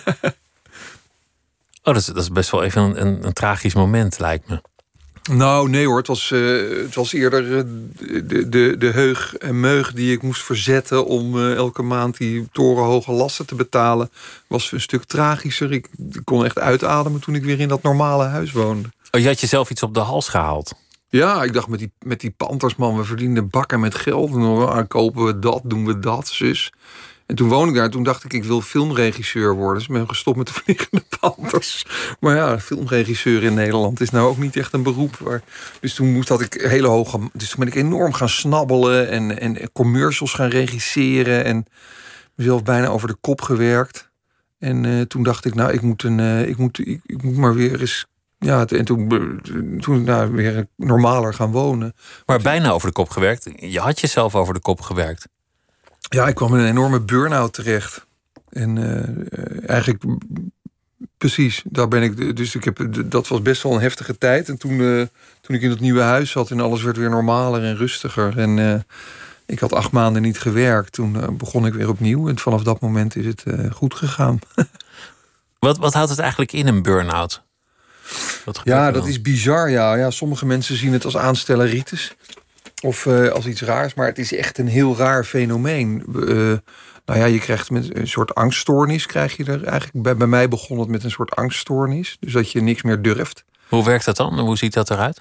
dat is, dat is best wel even een, een, een tragisch moment, lijkt me. Nou, nee hoor. Het was, uh, het was eerder uh, de, de, de heug en meug die ik moest verzetten om uh, elke maand die torenhoge lasten te betalen. Was een stuk tragischer. Ik, ik kon echt uitademen toen ik weer in dat normale huis woonde. Oh, je had jezelf iets op de hals gehaald? Ja, ik dacht met die, met die Panthers, man, we verdienen bakken met geld. En dan ah, kopen we dat, doen we dat, zus. En toen woonde ik daar. Toen dacht ik, ik wil filmregisseur worden. Dus ik ben gestopt met de Vliegende Panthers. Maar ja, filmregisseur in Nederland is nou ook niet echt een beroep. Waar... Dus toen moest dat ik hele hoge... Dus toen ben ik enorm gaan snabbelen. En, en commercials gaan regisseren. En mezelf bijna over de kop gewerkt. En uh, toen dacht ik, nou, ik moet, een, uh, ik moet, ik, ik moet maar weer eens... Ja, en toen, toen nou, weer normaler gaan wonen. Maar bijna over de kop gewerkt? Je had jezelf over de kop gewerkt. Ja, ik kwam in een enorme burn-out terecht. En uh, eigenlijk, precies, daar ben ik. Dus ik heb, dat was best wel een heftige tijd. En toen, uh, toen ik in dat nieuwe huis zat en alles werd weer normaler en rustiger. En uh, ik had acht maanden niet gewerkt. Toen uh, begon ik weer opnieuw. En vanaf dat moment is het uh, goed gegaan. wat, wat houdt het eigenlijk in, een burn-out? Ja, dat is bizar. Ja. Ja, sommige mensen zien het als aanstelleritis. Of uh, als iets raars, maar het is echt een heel raar fenomeen. Uh, nou ja, je krijgt met een soort angststoornis, krijg je er eigenlijk. Bij, bij mij begon het met een soort angststoornis. Dus dat je niks meer durft. Hoe werkt dat dan? Hoe ziet dat eruit?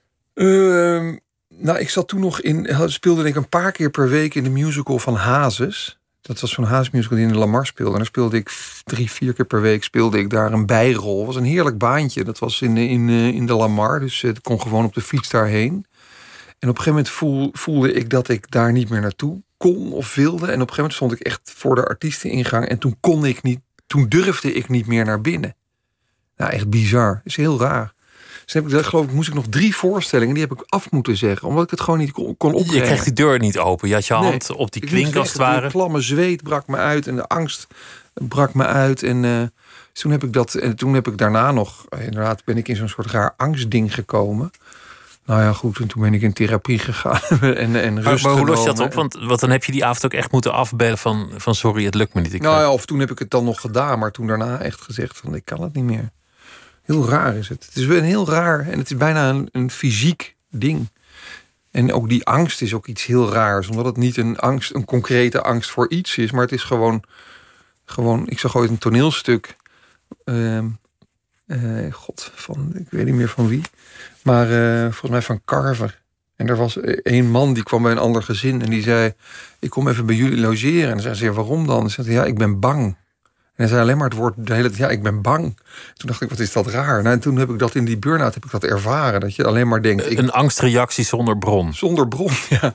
Uh, nou, ik zat toen nog in... Speelde ik een paar keer per week in de musical van Hazes. Dat was zo'n Hazes-musical die in de Lamar speelde. En daar speelde ik drie, vier keer per week speelde ik daar een bijrol. Dat was een heerlijk baantje. Dat was in, in, in de Lamar, dus ik kon gewoon op de fiets daarheen. En op een gegeven moment voel, voelde ik dat ik daar niet meer naartoe kon of wilde. En op een gegeven moment stond ik echt voor de artiesteningang. En toen kon ik niet, toen durfde ik niet meer naar binnen. Nou, echt bizar. Dat is heel raar. Dus heb ik, geloof ik, moest ik nog drie voorstellingen. Die heb ik af moeten zeggen, omdat ik het gewoon niet kon, kon opbrengen. Je kreeg die deur niet open. Je had je hand nee, op die klink als het ware. De klamme zweet brak me uit en de angst brak me uit. En uh, toen heb ik dat. En toen heb ik daarna nog, inderdaad, ben ik in zo'n soort raar angstding gekomen. Nou ja, goed, en toen ben ik in therapie gegaan en, en rust Maar, maar hoe los je genomen. dat op? Want, want dan heb je die avond ook echt moeten afbellen van, van sorry, het lukt me niet. Ik nou ja, of toen heb ik het dan nog gedaan, maar toen daarna echt gezegd van ik kan het niet meer. Heel raar is het. Het is een heel raar en het is bijna een, een fysiek ding. En ook die angst is ook iets heel raars, omdat het niet een angst, een concrete angst voor iets is, maar het is gewoon, gewoon ik zag ooit een toneelstuk. Uh, uh, God, van ik weet niet meer van wie. Maar uh, volgens mij van Carver. En er was één man die kwam bij een ander gezin en die zei: ik kom even bij jullie logeren. En dan zei ze: waarom dan? En zei hij: ja, ik ben bang. En hij zei alleen maar het woord de hele tijd: ja, ik ben bang. Toen dacht ik: wat is dat raar? Nou, en toen heb ik dat in die burn-out heb ik dat ervaren. Dat je alleen maar denkt: ik... een angstreactie zonder bron. Zonder bron, ja.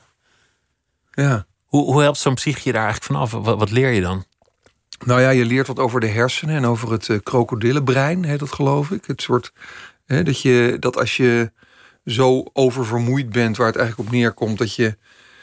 ja. Hoe, hoe helpt zo'n psyche je daar eigenlijk vanaf? Wat, wat leer je dan? Nou ja, je leert wat over de hersenen en over het uh, krokodillenbrein, heet dat, geloof ik. Het soort hè, dat je dat als je zo oververmoeid bent, waar het eigenlijk op neerkomt, dat je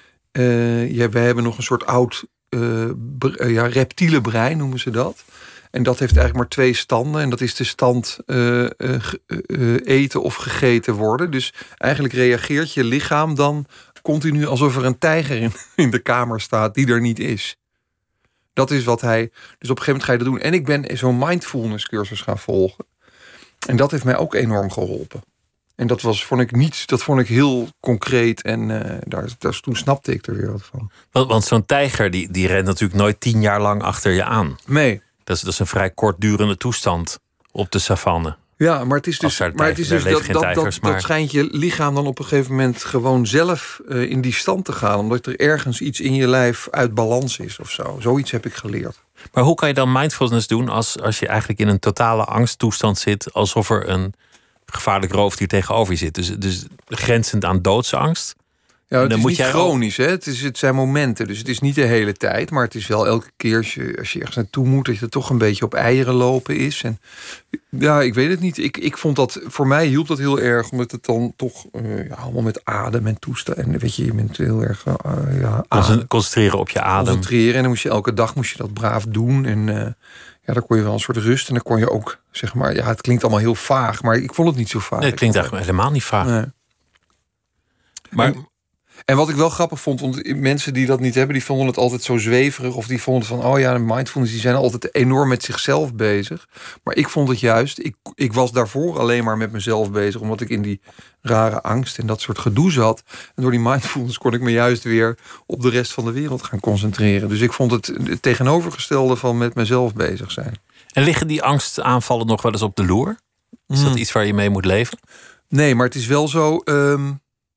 uh, ja, wij hebben nog een soort oud uh, bre- uh, ja, reptiele brein, noemen ze dat. En dat heeft eigenlijk maar twee standen. En dat is de stand uh, uh, uh, eten of gegeten worden. Dus eigenlijk reageert je lichaam dan continu alsof er een tijger in, in de kamer staat die er niet is. Dat is wat hij... Dus op een gegeven moment ga je dat doen. En ik ben zo'n mindfulness cursus gaan volgen. En dat heeft mij ook enorm geholpen. En dat was, vond ik niet, dat vond ik heel concreet. En uh, daar, daar, toen snapte ik er weer wat van. Want, want zo'n tijger die, die rent natuurlijk nooit tien jaar lang achter je aan. Nee. Dat is, dat is een vrij kortdurende toestand op de savanne. Ja, maar het is dus, maar het is dus dat, dat, tijgers, dat, maar... dat schijnt je lichaam dan op een gegeven moment gewoon zelf uh, in die stand te gaan. Omdat er ergens iets in je lijf uit balans is of zo. Zoiets heb ik geleerd. Maar hoe kan je dan mindfulness doen als, als je eigenlijk in een totale angsttoestand zit, alsof er een gevaarlijk roofdier tegenover je zit? Dus, dus grenzend aan doodsangst. Ja, het dan is moet niet jij chronisch, hè? Het, is, het zijn momenten, dus het is niet de hele tijd. Maar het is wel elke keer als je, als je ergens naartoe moet, dat je er toch een beetje op eieren lopen is. En ja, ik weet het niet. Ik, ik vond dat, voor mij hielp dat heel erg, omdat het dan toch uh, ja, allemaal met adem en toestaan. En weet je, je bent heel erg uh, ja, adem. Concentreren op je adem. Concentreren. En dan moest je elke dag moest je dat braaf doen. En uh, ja, dan kon je wel een soort rust. En dan kon je ook, zeg maar, ja, het klinkt allemaal heel vaag, maar ik vond het niet zo vaag. Nee, het klinkt eigenlijk helemaal niet vaag. Nee. Maar... En, En wat ik wel grappig vond, want mensen die dat niet hebben, die vonden het altijd zo zweverig. Of die vonden van, oh ja, de mindfulness, die zijn altijd enorm met zichzelf bezig. Maar ik vond het juist, ik, ik was daarvoor alleen maar met mezelf bezig, omdat ik in die rare angst en dat soort gedoe zat. En door die mindfulness kon ik me juist weer op de rest van de wereld gaan concentreren. Dus ik vond het het tegenovergestelde van met mezelf bezig zijn. En liggen die angstaanvallen nog wel eens op de loer? Is mm. dat iets waar je mee moet leven? Nee, maar het is wel zo... Um,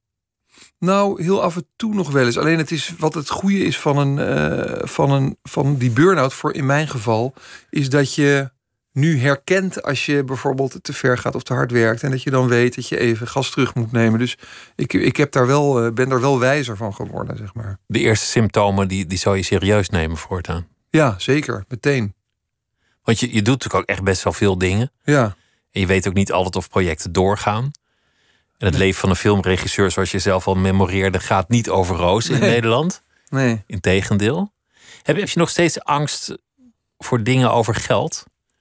Nou, heel af en toe nog wel eens. Alleen het is wat het goede is van een, uh, van een van die burn-out, voor in mijn geval, is dat je nu herkent als je bijvoorbeeld te ver gaat of te hard werkt, en dat je dan weet dat je even gas terug moet nemen. Dus ik, ik heb daar wel, uh, ben daar wel wijzer van geworden, zeg maar. De eerste symptomen die, die zou je serieus nemen voortaan. Ja, zeker, meteen. Want je, je doet natuurlijk ook echt best wel veel dingen. Ja. En je weet ook niet altijd of projecten doorgaan. En het leven van een filmregisseur, zoals je zelf al memoreerde, gaat niet over rozen in nee. Nederland. Nee. Integendeel. Heb, heb je nog steeds angst voor dingen over geld?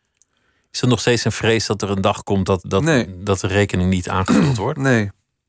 Is er nog steeds een vrees dat er een dag komt dat, dat, nee. dat de rekening niet aangevuld wordt? Nee.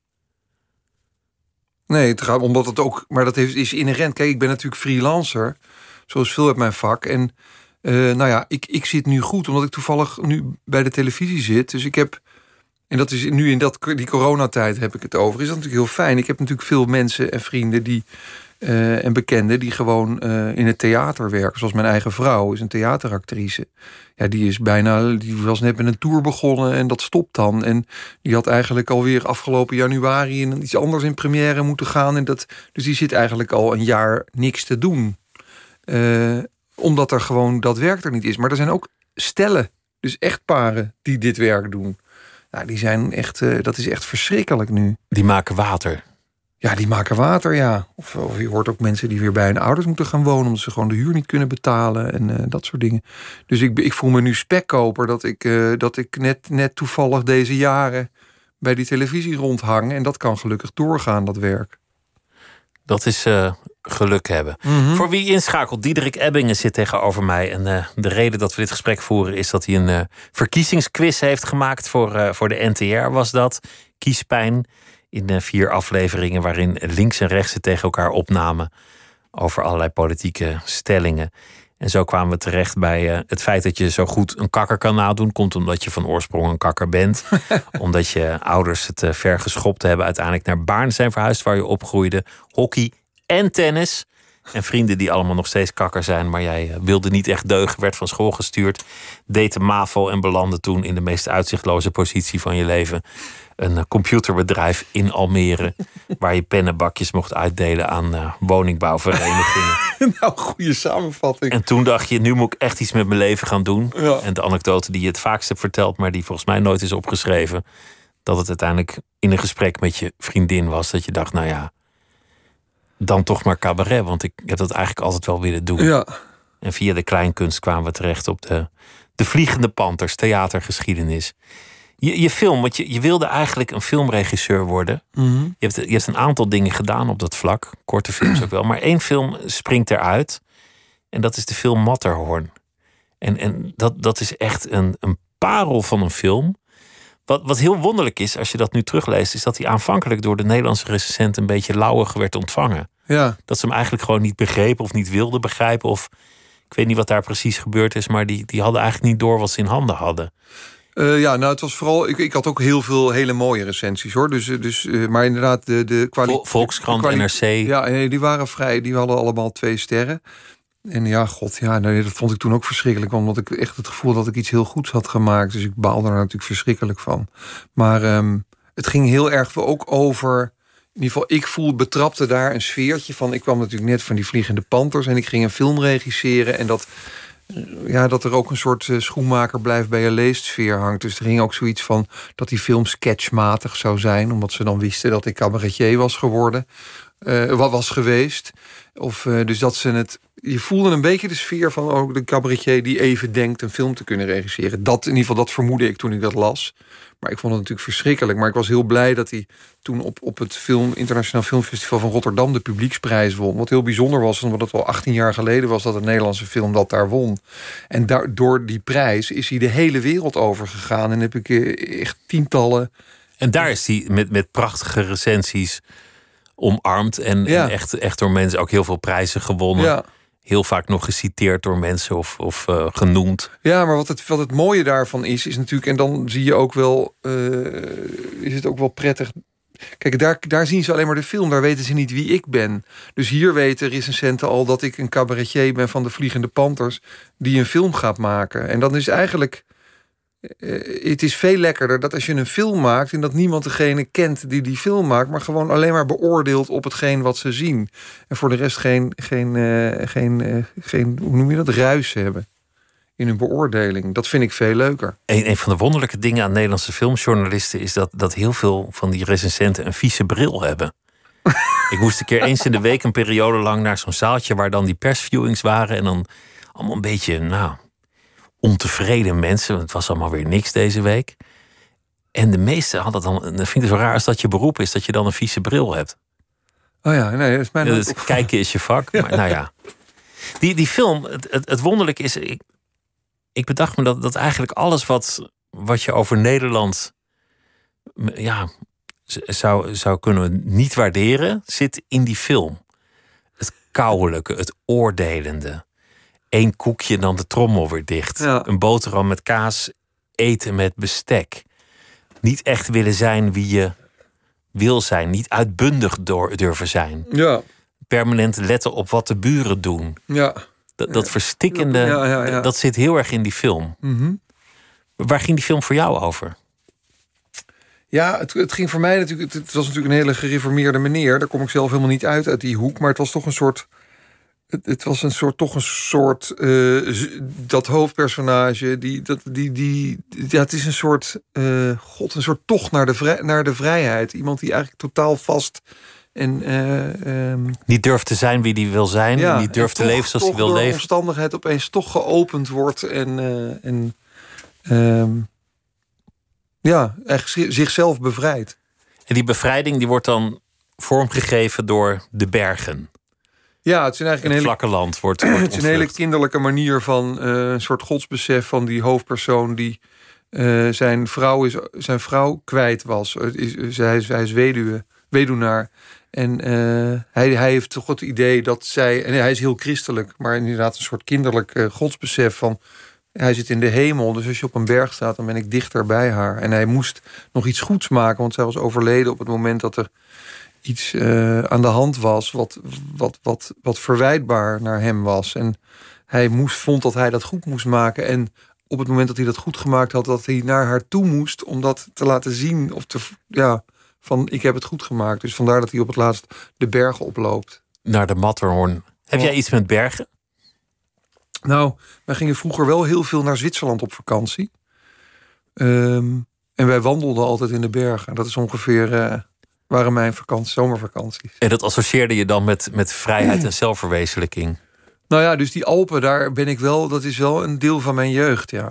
Nee, het gaat omdat het ook... Maar dat is inherent. Kijk, ik ben natuurlijk freelancer, zoals veel uit mijn vak. En uh, nou ja, ik, ik zit nu goed, omdat ik toevallig nu bij de televisie zit. Dus ik heb... En dat is nu in dat, die coronatijd heb ik het over. Is dat natuurlijk heel fijn. Ik heb natuurlijk veel mensen en vrienden die, uh, en bekenden die gewoon uh, in het theater werken. Zoals mijn eigen vrouw is een theateractrice. Ja, die is bijna, die was net met een tour begonnen en dat stopt dan. En die had eigenlijk alweer afgelopen januari in iets anders in première moeten gaan. En dat, dus die zit eigenlijk al een jaar niks te doen. Uh, omdat er gewoon dat werk er niet is. Maar er zijn ook stellen, dus echtparen die dit werk doen. Nou, die zijn echt, uh, dat is echt verschrikkelijk nu. Die maken water. Ja, die maken water, ja. Of, of je hoort ook mensen die weer bij hun ouders moeten gaan wonen, omdat ze gewoon de huur niet kunnen betalen en uh, dat soort dingen. Dus ik, ik voel me nu spekkoper dat ik, uh, dat ik net, net toevallig deze jaren bij die televisie rondhang. En dat kan gelukkig doorgaan, dat werk. Dat is uh, geluk hebben. Mm-hmm. Voor wie inschakelt, Diederik Ebbingen zit tegenover mij. En uh, de reden dat we dit gesprek voeren is dat hij een uh, verkiezingsquiz heeft gemaakt voor, uh, voor de N T R, was dat. Kiespijn, in uh, vier afleveringen waarin links en rechts het tegen elkaar opnamen over allerlei politieke stellingen. En zo kwamen we terecht bij uh, het feit dat je zo goed een kakker kan nadoen. Komt omdat je van oorsprong een kakker bent. Omdat je ouders het uh, ver geschopt hebben. Uiteindelijk naar Baarn zijn verhuisd waar je opgroeide. Hockey en tennis. En vrienden die allemaal nog steeds kakker zijn. Maar jij uh, wilde niet echt deugen. Werd van school gestuurd. Deed de MAVO en belandde toen in de meest uitzichtloze positie van je leven. Een uh, computerbedrijf in Almere. Waar je pennenbakjes mocht uitdelen aan uh, woningbouwverenigingen. Nou, goede samenvatting. En toen dacht je, nu moet ik echt iets met mijn leven gaan doen. Ja. En de anekdote die je het vaakst hebt verteld, maar die volgens mij nooit is opgeschreven, dat het uiteindelijk in een gesprek met je vriendin was. Dat je dacht, nou ja, dan toch maar cabaret. Want ik heb dat eigenlijk altijd wel willen doen. Ja. En via de kleinkunst kwamen we terecht op de, de Vliegende Panthers, theatergeschiedenis. Je, je film, want je, je wilde eigenlijk een filmregisseur worden. Mm-hmm. Je hebt, je hebt een aantal dingen gedaan op dat vlak. Korte films ook wel. Maar één film springt eruit. En dat is de film Matterhorn. En, en dat, dat is echt een, een parel van een film. Wat, wat heel wonderlijk is, als je dat nu terugleest, is dat hij aanvankelijk door de Nederlandse recensent een beetje lauwig werd ontvangen. Ja. Dat ze hem eigenlijk gewoon niet begrepen of niet wilden begrijpen. Of ik weet niet wat daar precies gebeurd is, maar die, die hadden eigenlijk niet door wat ze in handen hadden. Uh, ja, nou, het was vooral... Ik, ik had ook heel veel hele mooie recensies, hoor. Dus, dus, uh, maar inderdaad, de, de kwaliteit... Volkskrant, kwali- N R C. Ja, die waren vrij... Die hadden allemaal twee sterren. En ja, god, ja, nee, dat vond ik toen ook verschrikkelijk. Omdat ik echt het gevoel dat ik iets heel goeds had gemaakt. Dus ik baalde er natuurlijk verschrikkelijk van. Maar um, het ging heel erg ook over... In ieder geval, ik voel, betrapte daar een sfeertje van. Ik kwam natuurlijk net van die Vliegende Panthers. En ik ging een film regisseren. En dat, ja, dat er ook een soort uh, schoenmaker blijft bij je leest sfeer hangt. Dus er ging ook zoiets van dat die film sketchmatig zou zijn. Omdat ze dan wisten dat ik cabaretier was geworden. Uh, wat was geweest. Of uh, dus dat ze het... Je voelde een beetje de sfeer van ook de cabaretier die even denkt een film te kunnen regisseren. Dat in ieder geval, dat vermoedde ik toen ik dat las. Maar ik vond het natuurlijk verschrikkelijk. Maar ik was heel blij dat hij toen op, op het film, Internationaal Filmfestival van Rotterdam de publieksprijs won. Wat heel bijzonder was, omdat het al achttien jaar geleden was dat een Nederlandse film dat daar won. En daar, door die prijs is hij de hele wereld over gegaan. En heb ik echt tientallen... En daar is hij met, met prachtige recensies omarmd. En, ja. en echt, echt door mensen ook heel veel prijzen gewonnen. Ja. Heel vaak nog geciteerd door mensen of, of uh, genoemd. Ja, maar wat het, wat het mooie daarvan is, is natuurlijk... en dan zie je ook wel... Uh, is het ook wel prettig... Kijk, daar, daar zien ze alleen maar de film. Daar weten ze niet wie ik ben. Dus hier weten recensenten al dat ik een cabaretier ben van de Vliegende Panthers... die een film gaat maken. En dan is eigenlijk... Uh, het is veel lekkerder dat als je een film maakt... en dat niemand degene kent die die film maakt... maar gewoon alleen maar beoordeelt op hetgeen wat ze zien. En voor de rest geen, geen, uh, geen, uh, geen hoe noem je dat, ruis hebben in hun beoordeling. Dat vind ik veel leuker. Een, een van de wonderlijke dingen aan Nederlandse filmjournalisten... is dat, dat heel veel van die recensenten een vieze bril hebben. Ik moest een keer eens in de week een periode lang naar zo'n zaaltje... waar dan die persviewings waren... en dan allemaal een beetje, nou... ontevreden mensen. Het was allemaal weer niks deze week. En de meesten hadden dan... Dat vind ik het zo raar als dat je beroep is... dat je dan een vieze bril hebt. Oh ja, nee, dat is mijn... Dus kijken is je vak. Maar nou ja. Die, die film, het, het, het wonderlijke is... Ik, ik bedacht me dat, dat eigenlijk alles wat, wat je over Nederland... ja, zou, zou kunnen niet waarderen... zit in die film. Het kouwelijke, het oordelende... Eén koekje en dan de trommel weer dicht. Ja. Een boterham met kaas, eten met bestek. Niet echt willen zijn wie je wil zijn. Niet uitbundig door, durven zijn. Ja. Permanent letten op wat de buren doen. Ja. Dat, dat verstikkende, ja, ja, ja. dat zit heel erg in die film. Mm-hmm. Waar ging die film voor jou over? Ja, het, het ging voor mij natuurlijk... Het was natuurlijk een hele gereformeerde meneer. Daar kom ik zelf helemaal niet uit, uit die hoek. Maar het was toch een soort... Het, het was een soort, toch een soort, uh, dat hoofdpersonage, die, dat, die, die, ja, het is een soort, uh, god, een soort tocht naar de, vrij, naar de vrijheid. Iemand die eigenlijk totaal vast en uh, um, niet durft te zijn wie die wil zijn, ja, niet durft te toch, leven zoals hij wil leven. Door omstandigheid opeens toch geopend wordt en, uh, en um, ja, eigenlijk zichzelf bevrijdt. En die bevrijding die wordt dan vormgegeven door de bergen. Ja, het is eigenlijk het een hele, vlakke land wordt, wordt het is een hele kinderlijke manier van uh, een soort godsbesef van die hoofdpersoon die uh, zijn vrouw is zijn vrouw kwijt was. Is, hij is, hij is weduwe, weduwnaar. En uh, hij, hij heeft toch het idee dat zij... En hij is heel christelijk, maar inderdaad een soort kinderlijk uh, godsbesef van... Hij zit in de hemel, dus als je op een berg staat... dan ben ik dichter bij haar. En hij moest nog iets goeds maken, want zij was overleden op het moment dat er... iets uh, aan de hand was wat, wat, wat, wat verwijtbaar naar hem was. En hij moest, vond dat hij dat goed moest maken. En op het moment dat hij dat goed gemaakt had... dat hij naar haar toe moest om dat te laten zien. Of te, ja, van ik heb het goed gemaakt. Dus vandaar dat hij op het laatst de bergen oploopt. Naar de Matterhorn. Heb jij iets met bergen? Nou, wij gingen vroeger wel heel veel naar Zwitserland op vakantie. Um, en wij wandelden altijd in de bergen. Dat is ongeveer... Uh, waren mijn vakanties, zomervakanties. En dat associeerde je dan met, met vrijheid en zelfverwezenlijking? Nou ja, dus die Alpen, daar ben ik wel... dat is wel een deel van mijn jeugd, ja.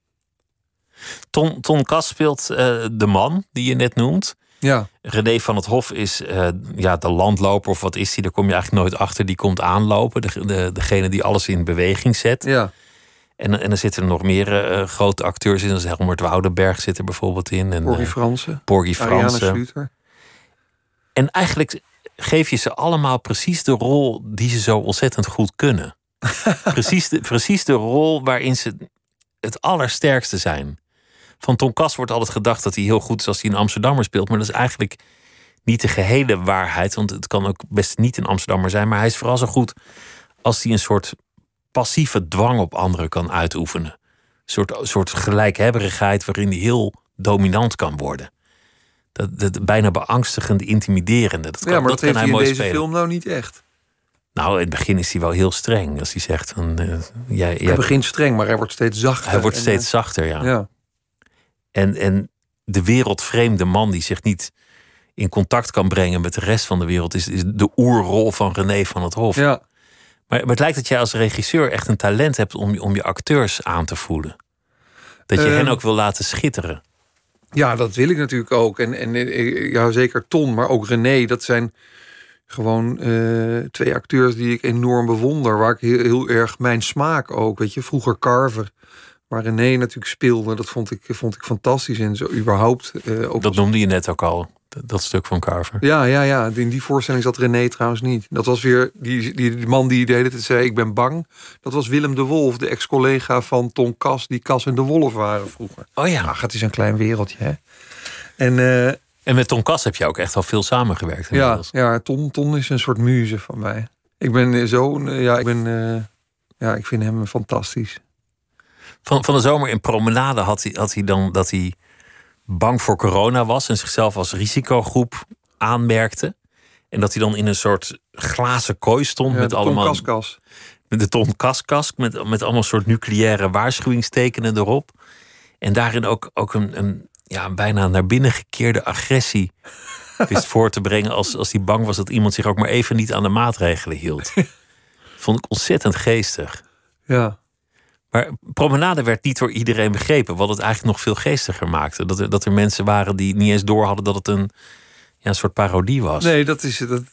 Ton, Ton Kast speelt uh, de man die je net noemt. Ja. René van het Hof is uh, ja, de landloper, of wat is hij? Daar kom je eigenlijk nooit achter. Die komt aanlopen, de, de, degene die alles in beweging zet. Ja. En, en er zitten nog meer uh, grote acteurs in. Dus Helmert Woudenberg zit er bijvoorbeeld in. En, Porgy uh, Fransen. Porgy Fransen. Schlüter. En eigenlijk geef je ze allemaal precies de rol die ze zo ontzettend goed kunnen. precies, de, precies de rol waarin ze het allersterkste zijn. Van Ton Kast wordt altijd gedacht dat hij heel goed is als hij een Amsterdammer speelt. Maar dat is eigenlijk niet de gehele waarheid. Want het kan ook best niet een Amsterdammer zijn. Maar hij is vooral zo goed als hij een soort passieve dwang op anderen kan uitoefenen. Een soort, soort gelijkhebberigheid waarin hij heel dominant kan worden. Dat, dat bijna beangstigende, intimiderende. Dat kan, ja, maar dat dat heeft kan hij hij in mooi deze spelen. film nou niet echt. Nou, in het begin is hij wel heel streng. Als hij zegt van... Uh, jij, hij jij, begint streng, maar hij wordt steeds zachter. Hij wordt en, steeds uh, zachter, ja. ja. En, en de wereldvreemde man die zich niet in contact kan brengen met de rest van de wereld... is, is de oerrol van René van het Hof. Ja. Maar, maar het lijkt dat jij als regisseur echt een talent hebt... om, om je acteurs aan te voelen. Dat je um, hen ook wil laten schitteren. Ja, dat wil ik natuurlijk ook. En, en ja, zeker Ton, maar ook René. Dat zijn gewoon uh, twee acteurs die ik enorm bewonder. Waar ik heel, heel erg mijn smaak ook. Weet je, vroeger Carver, waar René natuurlijk speelde. Dat vond ik, vond ik fantastisch. En zo überhaupt. Uh, ook dat noemde je net ook al. Dat stuk van Carver. Ja, ja, ja. In die voorstelling zat René trouwens niet. Dat was weer die, die, die man die de hele tijd zei... ik ben bang. Dat was Willem de Wolf, de ex-collega van Ton Kas... die Kas en de Wolf waren vroeger. Oh ja. Ach, het is een klein wereldje, hè. En, uh, en met Ton Kas heb je ook echt al veel samengewerkt. Ja, ja Ton, Ton is een soort muze van mij. Ik ben zo... Ja, ik ben... Uh, ja, ik vind hem fantastisch. Van, van de zomer in Promenade had hij, had hij dan dat hij... bang voor corona was en zichzelf als risicogroep aanmerkte. En dat hij dan in een soort glazen kooi stond. Ja, met de allemaal. Tonkaskas. Met de Tonkaskas. Met, met allemaal soort nucleaire waarschuwingstekenen erop. En daarin ook, ook een, een ja, bijna naar binnen gekeerde agressie wist voor te brengen. Als, als hij bang was dat iemand zich ook maar even niet aan de maatregelen hield. Vond ik ontzettend geestig. Ja. Maar Promenade werd niet door iedereen begrepen. Wat het eigenlijk nog veel geestiger maakte. Dat er, dat er mensen waren die niet eens door hadden dat het een, ja, een soort parodie was. Nee, dat is het.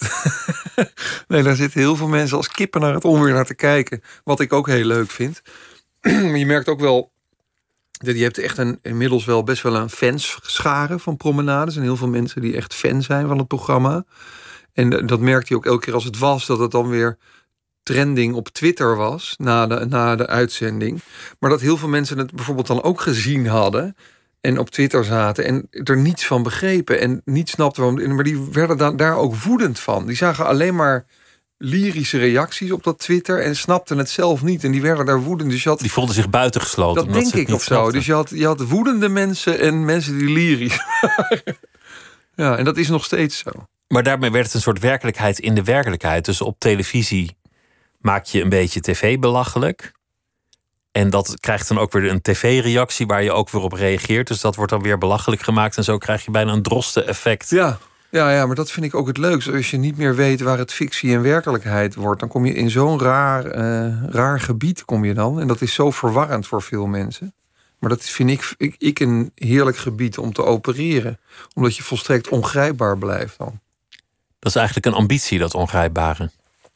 Nee, daar zitten heel veel mensen als kippen naar het onweer naar te kijken. Wat ik ook heel leuk vind. Je merkt ook wel dat je hebt echt een, inmiddels wel best wel een fansschare van Promenade. Er zijn heel veel mensen die echt fan zijn van het programma. En dat merkte je ook elke keer als het was. Dat het dan weer trending op Twitter was na de, na de uitzending. Maar dat heel veel mensen het bijvoorbeeld dan ook gezien hadden en op Twitter zaten en er niets van begrepen en niet snapten waarom. Maar die werden da- daar ook woedend van. Die zagen alleen maar lyrische reacties op dat Twitter en snapten het zelf niet. En die werden daar woedend. Dus je had, die voelden zich buitengesloten. dat denk ik of zo. Dus je had, je had woedende mensen en mensen die lyrisch waren. Ja, en dat is nog steeds zo. Maar daarmee werd het een soort werkelijkheid in de werkelijkheid. Dus op televisie maak je een beetje tv belachelijk. En dat krijgt dan ook weer een tv-reactie waar je ook weer op reageert. Dus dat wordt dan weer belachelijk gemaakt. En zo krijg je bijna een drosten-effect. Ja, ja, ja, maar dat vind ik ook het leukste. Als je niet meer weet waar het fictie en werkelijkheid wordt, dan kom je in zo'n raar, uh, raar gebied kom je dan. En dat is zo verwarrend voor veel mensen. Maar dat vind ik, ik, ik een heerlijk gebied om te opereren. Omdat je volstrekt ongrijpbaar blijft dan. Dat is eigenlijk een ambitie, dat ongrijpbare.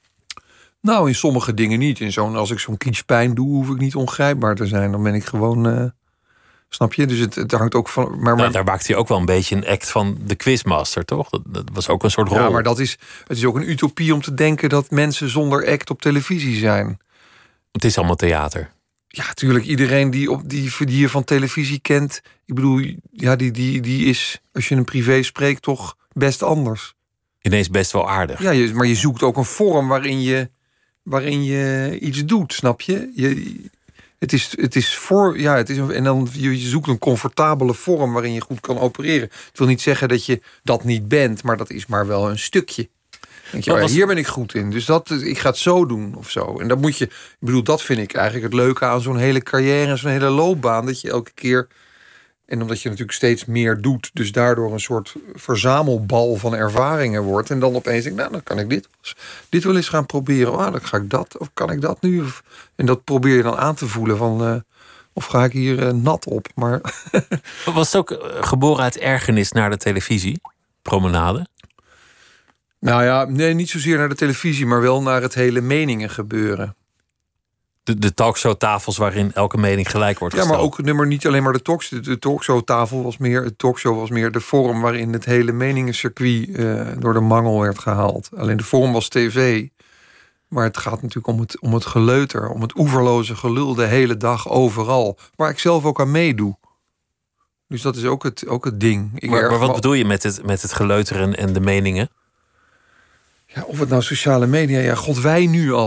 Nou, in sommige dingen niet. In zo'n, als ik zo'n kiespijn doe, hoef ik niet ongrijpbaar te zijn. Dan ben ik gewoon... Uh, snap je? Dus het, het hangt ook van... Maar, maar... Nou, daar maakt hij ook wel een beetje een act van de quizmaster, toch? Dat, dat was ook een soort rol. Ja, maar dat is, het is ook een utopie om te denken dat mensen zonder act op televisie zijn. Het is allemaal theater. Ja, natuurlijk. Iedereen die, op, die, die je van televisie kent... Ik bedoel, ja, die, die, die is, als je een privé spreekt, toch best anders. Ineens best wel aardig. Ja, je, maar je zoekt ook een vorm waarin je... waarin je iets doet, snap je? je het is, het is voor, ja, het is een, en dan je, je zoekt een comfortabele vorm waarin je goed kan opereren. Het wil niet zeggen dat je dat niet bent, maar dat is maar wel een stukje. Denk je, oh ja, hier ben ik goed in, dus dat, ik ga het zo doen of zo. En dat moet je, ik bedoel, dat vind ik eigenlijk het leuke aan zo'n hele carrière en zo'n hele loopbaan, dat je elke keer, en omdat je natuurlijk steeds meer doet, dus daardoor een soort verzamelbal van ervaringen wordt. En dan opeens denk ik, nou, dan kan ik dit, dit wel eens gaan proberen. Ah, dan ga ik dat, of kan ik dat nu? Of, en dat probeer je dan aan te voelen van, uh, of ga ik hier uh, nat op? Maar was het ook uh, geboren uit ergernis naar de televisie? Promenade? Nou ja, nee, niet zozeer naar de televisie, maar wel naar het hele meningen gebeuren. De, de talkshowtafels waarin elke mening gelijk wordt gesteld. Ja, maar ook nummer niet alleen maar de talks. De talkshowtafel was meer, de talkshow was meer de vorm waarin het hele meningencircuit uh, door de mangel werd gehaald. Alleen de vorm was tv. Maar het gaat natuurlijk om het, om het geleuter, om het oeverloze gelul de hele dag overal. Waar ik zelf ook aan meedoe. Dus dat is ook het, ook het ding. Ik maar, maar wat me... bedoel je met het, met het geleuter en, en de meningen? Ja, of het nou sociale media, ja, god, wij nu al.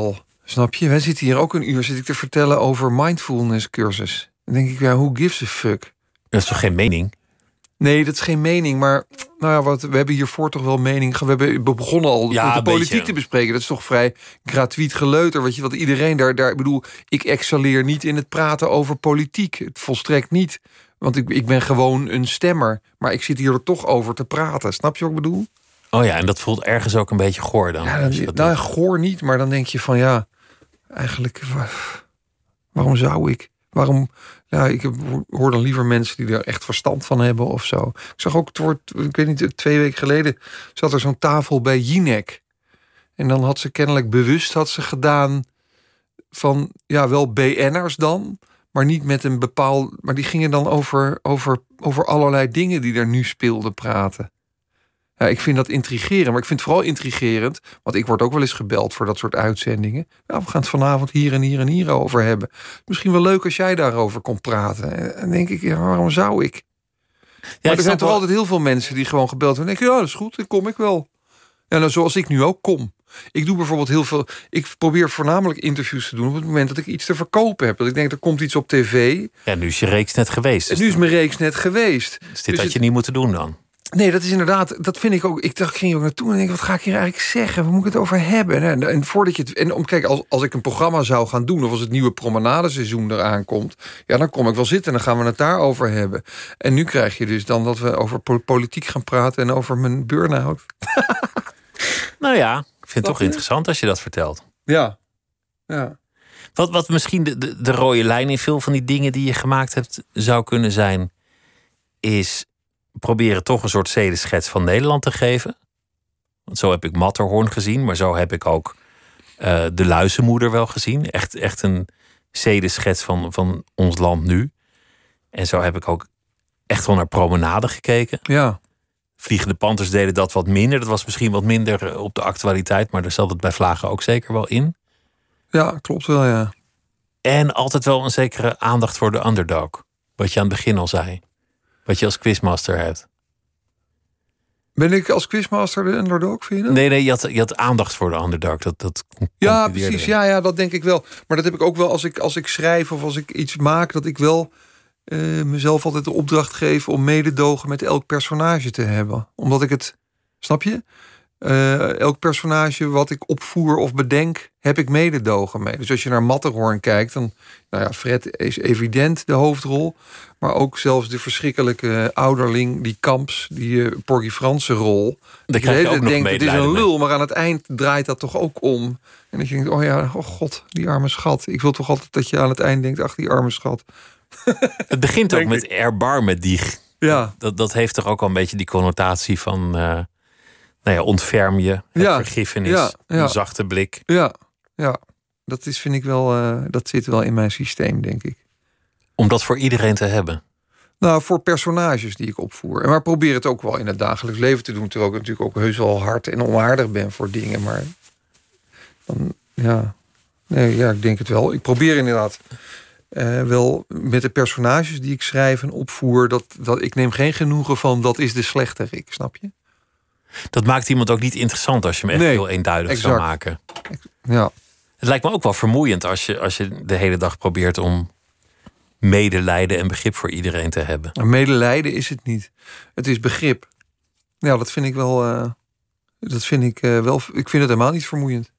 Snap je? Wij zitten hier ook een uur zit ik te vertellen over mindfulness cursus. Dan denk ik, ja, who gives a fuck? Dat is toch geen mening? Nee, dat is geen mening, maar nou ja, wat, we hebben hiervoor toch wel mening. We hebben begonnen al Ja, de politiek beetje. te bespreken. Dat is toch vrij gratuit geleuter. Weet je, wat iedereen daar, daar, ik bedoel, ik excelleer niet in het praten over politiek. Het volstrekt niet. Want ik, ik ben gewoon een stemmer. Maar ik zit hier er toch over te praten. Snap je wat ik bedoel? Oh ja, en dat voelt ergens ook een beetje goor dan. Ja, als je dan, dat nou, doet. goor niet, maar dan denk je van ja, eigenlijk, waar- waarom zou ik? Waarom? Ja, ik heb, hoor dan liever mensen die er echt verstand van hebben of zo. Ik zag ook, het wordt, ik weet niet, twee weken geleden zat er zo'n tafel bij Jinek. En dan had ze kennelijk bewust had ze gedaan van, ja, wel B N'ers dan, maar niet met een bepaald, maar die gingen dan over, over, over allerlei dingen die er nu speelden praten. Ja, ik vind dat intrigerend, maar ik vind het vooral intrigerend, want ik word ook wel eens gebeld voor dat soort uitzendingen. Nou, we gaan het vanavond hier en hier en hier over hebben. Misschien wel leuk als jij daarover kon praten. En dan denk ik, ja, waarom zou ik? Ja, Maar ik er zijn snap toch wel- altijd heel veel mensen die gewoon gebeld worden. En denken, ja, dat is goed, dan kom ik wel. Ja, nou, zoals ik nu ook kom. Ik doe bijvoorbeeld heel veel. Ik probeer voornamelijk interviews te doen op het moment dat ik iets te verkopen heb. Dat ik denk, er komt iets op tv. Ja, nu is je reeks net geweest. En Dus nu is mijn reeks net geweest. dus dit Dus had het- je niet moeten doen dan. Nee, dat is inderdaad, dat vind ik ook. Ik dacht, ik ging er ook naartoe en denk, wat ga ik hier eigenlijk zeggen? Waar moet ik het over hebben? En, en voordat je het. En om, kijk, als, als ik een programma zou gaan doen, of als het nieuwe promenadeseizoen eraan komt, ja, dan kom ik wel zitten en dan gaan we het daarover hebben. En nu krijg je dus dan dat we over po- politiek gaan praten en over mijn burn-out. Nou ja, ik vind het toch je? interessant als je dat vertelt. Ja. Ja. Wat, wat misschien de, de, de rode lijn in veel van die dingen die je gemaakt hebt zou kunnen zijn, is proberen toch een soort zedeschets van Nederland te geven. Want zo heb ik Matterhorn gezien, maar zo heb ik ook eh, De Luizenmoeder wel gezien. Echt, echt een zedeschets van, van ons land nu. En zo heb ik ook echt wel naar Promenade gekeken. Ja. Vliegende Panthers deden dat wat minder. Dat was misschien wat minder op de actualiteit, maar daar zat het bij Vlagen ook zeker wel in. Ja, klopt wel, ja. En altijd wel een zekere aandacht voor de underdog. Wat je aan het begin al zei. Wat je als quizmaster hebt. Ben ik als quizmaster de underdog, vind je dat? Nee, nee, je had, je had aandacht voor de underdog. Dat, dat Ja, concludeerde precies. je. Ja, ja, dat denk ik wel. Maar dat heb ik ook wel als ik, als ik schrijf of als ik iets maak, dat ik wel eh, mezelf altijd de opdracht geef om mededogen met elk personage te hebben. Omdat ik het, snap je? Eh, elk personage wat ik opvoer of bedenk, heb ik mededogen mee. Dus als je naar Matterhorn kijkt, dan, nou ja, Fred is evident de hoofdrol. Maar ook zelfs de verschrikkelijke ouderling, die Kamps, die uh, Porgy Franse rol. Daar Je krijg je de hele ook nog tijd denkt, het is medelijden een mee. lul, maar aan het eind draait dat toch ook om. En dat je denkt, oh ja, oh god, die arme schat. Ik wil toch altijd dat je aan het eind denkt, ach, die arme schat. Het begint ook Denk met erbarmen dieg. Ja, Dat, dat heeft toch ook al een beetje die connotatie van, uh, nou ja, ontferm je, heb Ja, vergiffenis, ja, ja. een zachte blik. ja, ja. Dat is, vind ik wel, uh, dat zit wel in mijn systeem, denk ik. Om dat voor iedereen te hebben. Nou, voor personages die ik opvoer. Maar probeer het ook wel in het dagelijks leven te doen. Terwijl ik natuurlijk ook heus wel hard en onaardig ben voor dingen. Maar dan, ja. Nee, ja, ik denk het wel. Ik probeer inderdaad uh, wel met de personages die ik schrijf en opvoer. Dat, dat, ik neem geen genoegen van dat is de slechterik, snap je? Dat maakt iemand ook niet interessant als je hem echt Nee, heel eenduidig exact. zou maken. Ja. Het lijkt me ook wel vermoeiend als je, als je de hele dag probeert om medelijden en begrip voor iedereen te hebben. Maar medelijden is het niet. Het is begrip. Ja, dat vind ik wel. Uh, dat vind ik uh, wel. Ik vind het helemaal niet vermoeiend.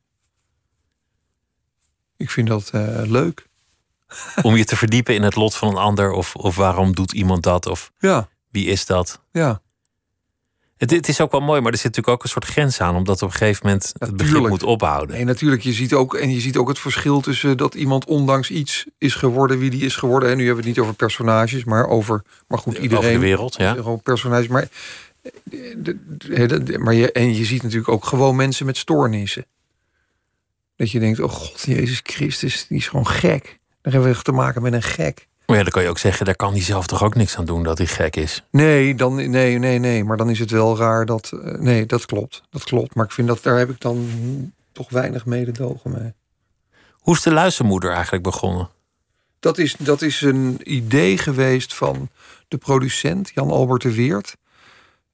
Ik vind dat uh, leuk. Om je te verdiepen in het lot van een ander. Of, of waarom doet iemand dat? Of Ja, wie is dat? ja. Het, het is ook wel mooi, maar er zit natuurlijk ook een soort grens aan. Omdat op een gegeven moment het begrip tuurlijk. moet ophouden. Nee, natuurlijk. Je ziet ook, en je ziet ook het verschil tussen dat iemand ondanks iets is geworden wie die is geworden. En nu hebben we het niet over personages, maar over. Maar goed, iedereen. Over de wereld, ja. Gewoon personages. Maar, de, de, de, de, maar je, en je ziet natuurlijk ook gewoon mensen met stoornissen. Dat je denkt, oh god, Jezus Christus, die is gewoon gek. Dan hebben we te maken met een gek. Maar ja, dan kan je ook zeggen, daar kan hij zelf toch ook niks aan doen dat hij gek is. Nee, dan, nee, nee, nee. Maar dan is het wel raar dat. Uh, nee, dat klopt. Dat klopt. Maar ik vind dat daar heb ik dan toch weinig mededogen mee. Hoe is de Luizenmoeder eigenlijk begonnen? Dat is, dat is een idee geweest van de producent, Jan Albert de Weert.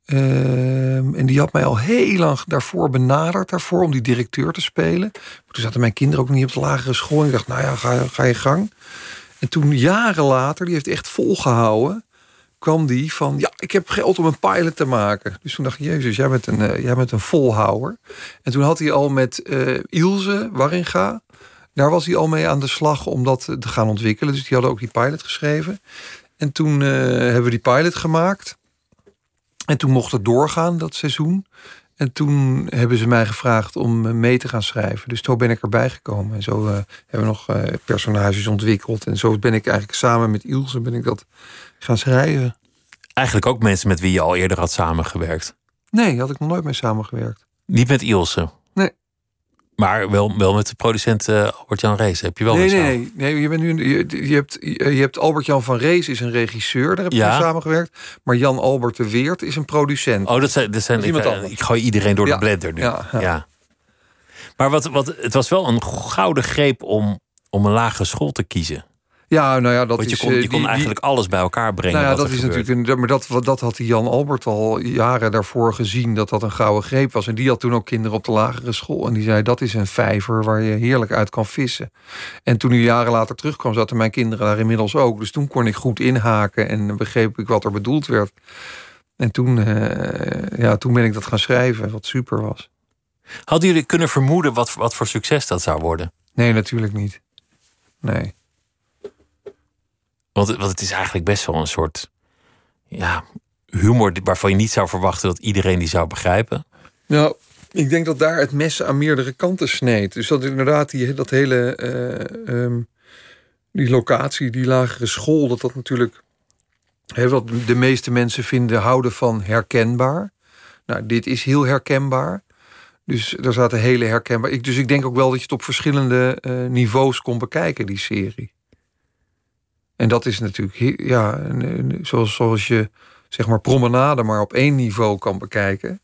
Um, en die had mij al heel lang daarvoor benaderd daarvoor om die directeur te spelen. Maar toen zaten mijn kinderen ook niet op de lagere school. En ik dacht, nou ja, ga, ga je gang. En toen jaren later, die heeft echt volgehouden, kwam die van, ja, ik heb geld om een pilot te maken. Dus toen dacht ik, jezus, jij bent een, uh, jij bent een volhouwer. En toen had hij al met uh, Ilse Warringa, daar was hij al mee aan de slag om dat te gaan ontwikkelen. Dus die hadden ook die pilot geschreven. En toen uh, hebben we die pilot gemaakt. En toen mocht het doorgaan, dat seizoen. En toen hebben ze mij gevraagd om mee te gaan schrijven. Dus toen ben ik erbij gekomen. En zo uh, hebben we nog uh, personages ontwikkeld. En zo ben ik eigenlijk samen met Ilse ben ik dat gaan schrijven. Eigenlijk ook mensen met wie je al eerder had samengewerkt. Nee, had ik nog nooit mee samengewerkt. Niet met Ilse? Nee. Maar wel, wel met de producent uh, Albert-Jan Rees. Heb je wel nee, mee nee, samen? nee, nee. Je, bent nu, je, je, hebt, je hebt Albert-Jan van Rees is een regisseur. Daar heb je ja. mee samengewerkt. Maar Jan Albert de Weert is een producent. Oh, dat zijn, dat zijn, dat ik, ik, ik gooi iedereen door ja. de blender nu. Ja, ja. ja. Maar wat, wat, het was wel een gouden greep om, om een lagere school te kiezen. Ja, nou ja, dat Want je is... kon, je die, kon eigenlijk die, alles bij elkaar brengen. Nou ja, wat dat is gebeurt. natuurlijk... Een, maar dat, dat had die Jan Albert al jaren daarvoor gezien, dat dat een gouden greep was. En die had toen ook kinderen op de lagere school. En die zei, dat is een vijver waar je heerlijk uit kan vissen. En toen hij jaren later terugkwam, zaten mijn kinderen daar inmiddels ook. Dus toen kon ik goed inhaken en begreep ik wat er bedoeld werd. En toen, uh, ja, toen ben ik dat gaan schrijven, wat super was. Hadden jullie kunnen vermoeden wat, wat voor succes dat zou worden? Nee, natuurlijk niet. Nee. Want, want het is eigenlijk best wel een soort ja, humor waarvan je niet zou verwachten dat iedereen die zou begrijpen. Nou, ik denk dat daar het mes aan meerdere kanten sneed. Dus dat inderdaad die, dat hele uh, um, die locatie, die lagere school, dat dat natuurlijk he, wat de meeste mensen vinden houden van herkenbaar. Nou, dit is heel herkenbaar. Dus daar zaten hele herkenbaar. Ik, dus ik denk ook wel dat je het op verschillende uh, niveaus kon bekijken, die serie. En dat is natuurlijk, ja, zoals, zoals je zeg maar promenade maar op één niveau kan bekijken,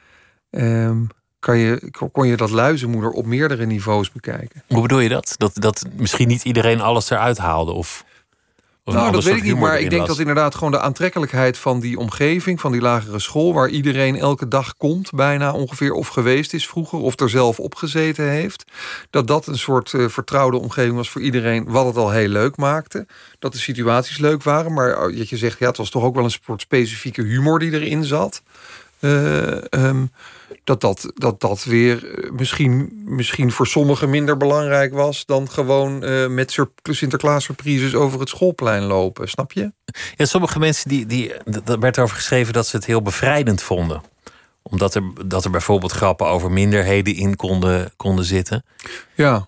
um, kan je, kon je dat Luizenmoeder op meerdere niveaus bekijken. Hoe bedoel je dat? Dat, dat misschien niet iedereen alles eruit haalde? Of, of nou, dat weet ik niet, maar ik denk was. dat inderdaad gewoon de aantrekkelijkheid van die omgeving, van die lagere school, waar iedereen elke dag komt, bijna ongeveer, of geweest is vroeger, of er zelf opgezeten heeft, dat dat een soort uh, vertrouwde omgeving was voor iedereen, wat het al heel leuk maakte. Dat de situaties leuk waren, maar dat je zegt, ja, het was toch ook wel een soort specifieke humor die erin zat. Uh, um, dat, dat, dat dat weer misschien, misschien voor sommigen minder belangrijk was dan gewoon uh, met Sinterklaas surprises over het schoolplein lopen. Snap je? Ja, sommige mensen, die, die, dat werd over geschreven dat ze het heel bevrijdend vonden. Omdat er, dat er bijvoorbeeld grappen over minderheden in konden, konden zitten. Ja.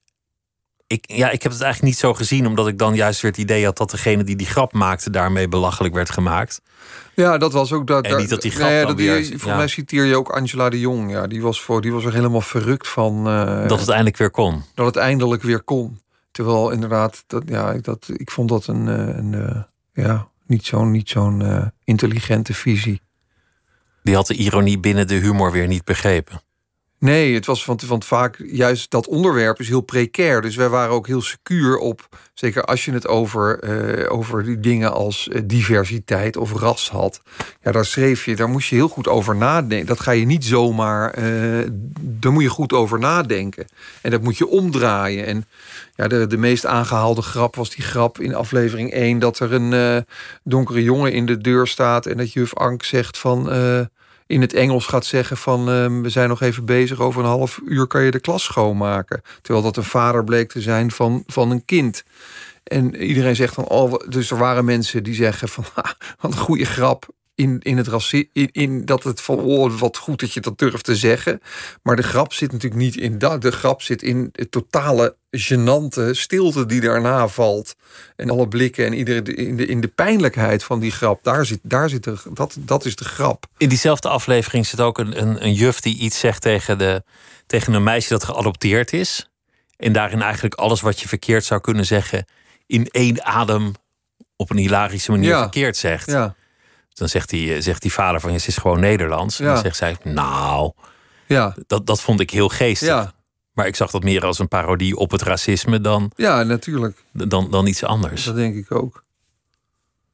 Ik, ja, ik heb het eigenlijk niet zo gezien, omdat ik dan juist weer het idee had dat degene die die grap maakte daarmee belachelijk werd gemaakt. Ja, dat was ook dat. En niet dat die grap nee, dan dat weer, die, Volgens ja. mij citeer je ook Angela de Jong. Ja, die was voor, die was er helemaal verrukt van. Uh, dat het eindelijk weer kon. Dat het eindelijk weer kon. Terwijl inderdaad, dat, ja, dat, ik vond dat een, een, een ja, niet zo'n niet zo'n uh, intelligente visie. Die had de ironie binnen de humor weer niet begrepen. Nee, het was want, want vaak juist dat onderwerp is heel precair. Dus wij waren ook heel secuur op, zeker als je het over, uh, over die dingen als uh, diversiteit of ras had. Ja, daar schreef je, daar moest je heel goed over nadenken. Dat ga je niet zomaar, uh, daar moet je goed over nadenken. En dat moet je omdraaien. En ja, de, de meest aangehaalde grap was die grap in aflevering één... dat er een uh, donkere jongen in de deur staat en dat juf Ank zegt van... Uh, in het Engels gaat zeggen van uh, we zijn nog even bezig, over een half uur kan je de klas schoonmaken. Terwijl dat een vader bleek te zijn van, van een kind. En iedereen zegt van, oh, dus er waren mensen die zeggen van, ha, wat een goede grap in, in het racisme, in, in dat het van, oh, wat goed dat je dat durft te zeggen. Maar de grap zit natuurlijk niet in dat. De grap zit in het totale gênante stilte die daarna valt. En alle blikken en iedere, in, de, in de pijnlijkheid van die grap. Daar zit, daar zit de, dat, dat is de grap. In diezelfde aflevering zit ook een, een, een juf die iets zegt tegen, de, tegen een meisje dat geadopteerd is. En daarin eigenlijk alles wat je verkeerd zou kunnen zeggen in één adem op een hilarische manier ja. verkeerd zegt. Ja. Dan zegt die, zegt die vader van, ja, ze is gewoon Nederlands. Ja. En dan zegt zij, nou, ja. dat, dat vond ik heel geestig. Ja. Maar ik zag dat meer als een parodie op het racisme dan, ja, natuurlijk. dan, dan iets anders. Dat denk ik ook.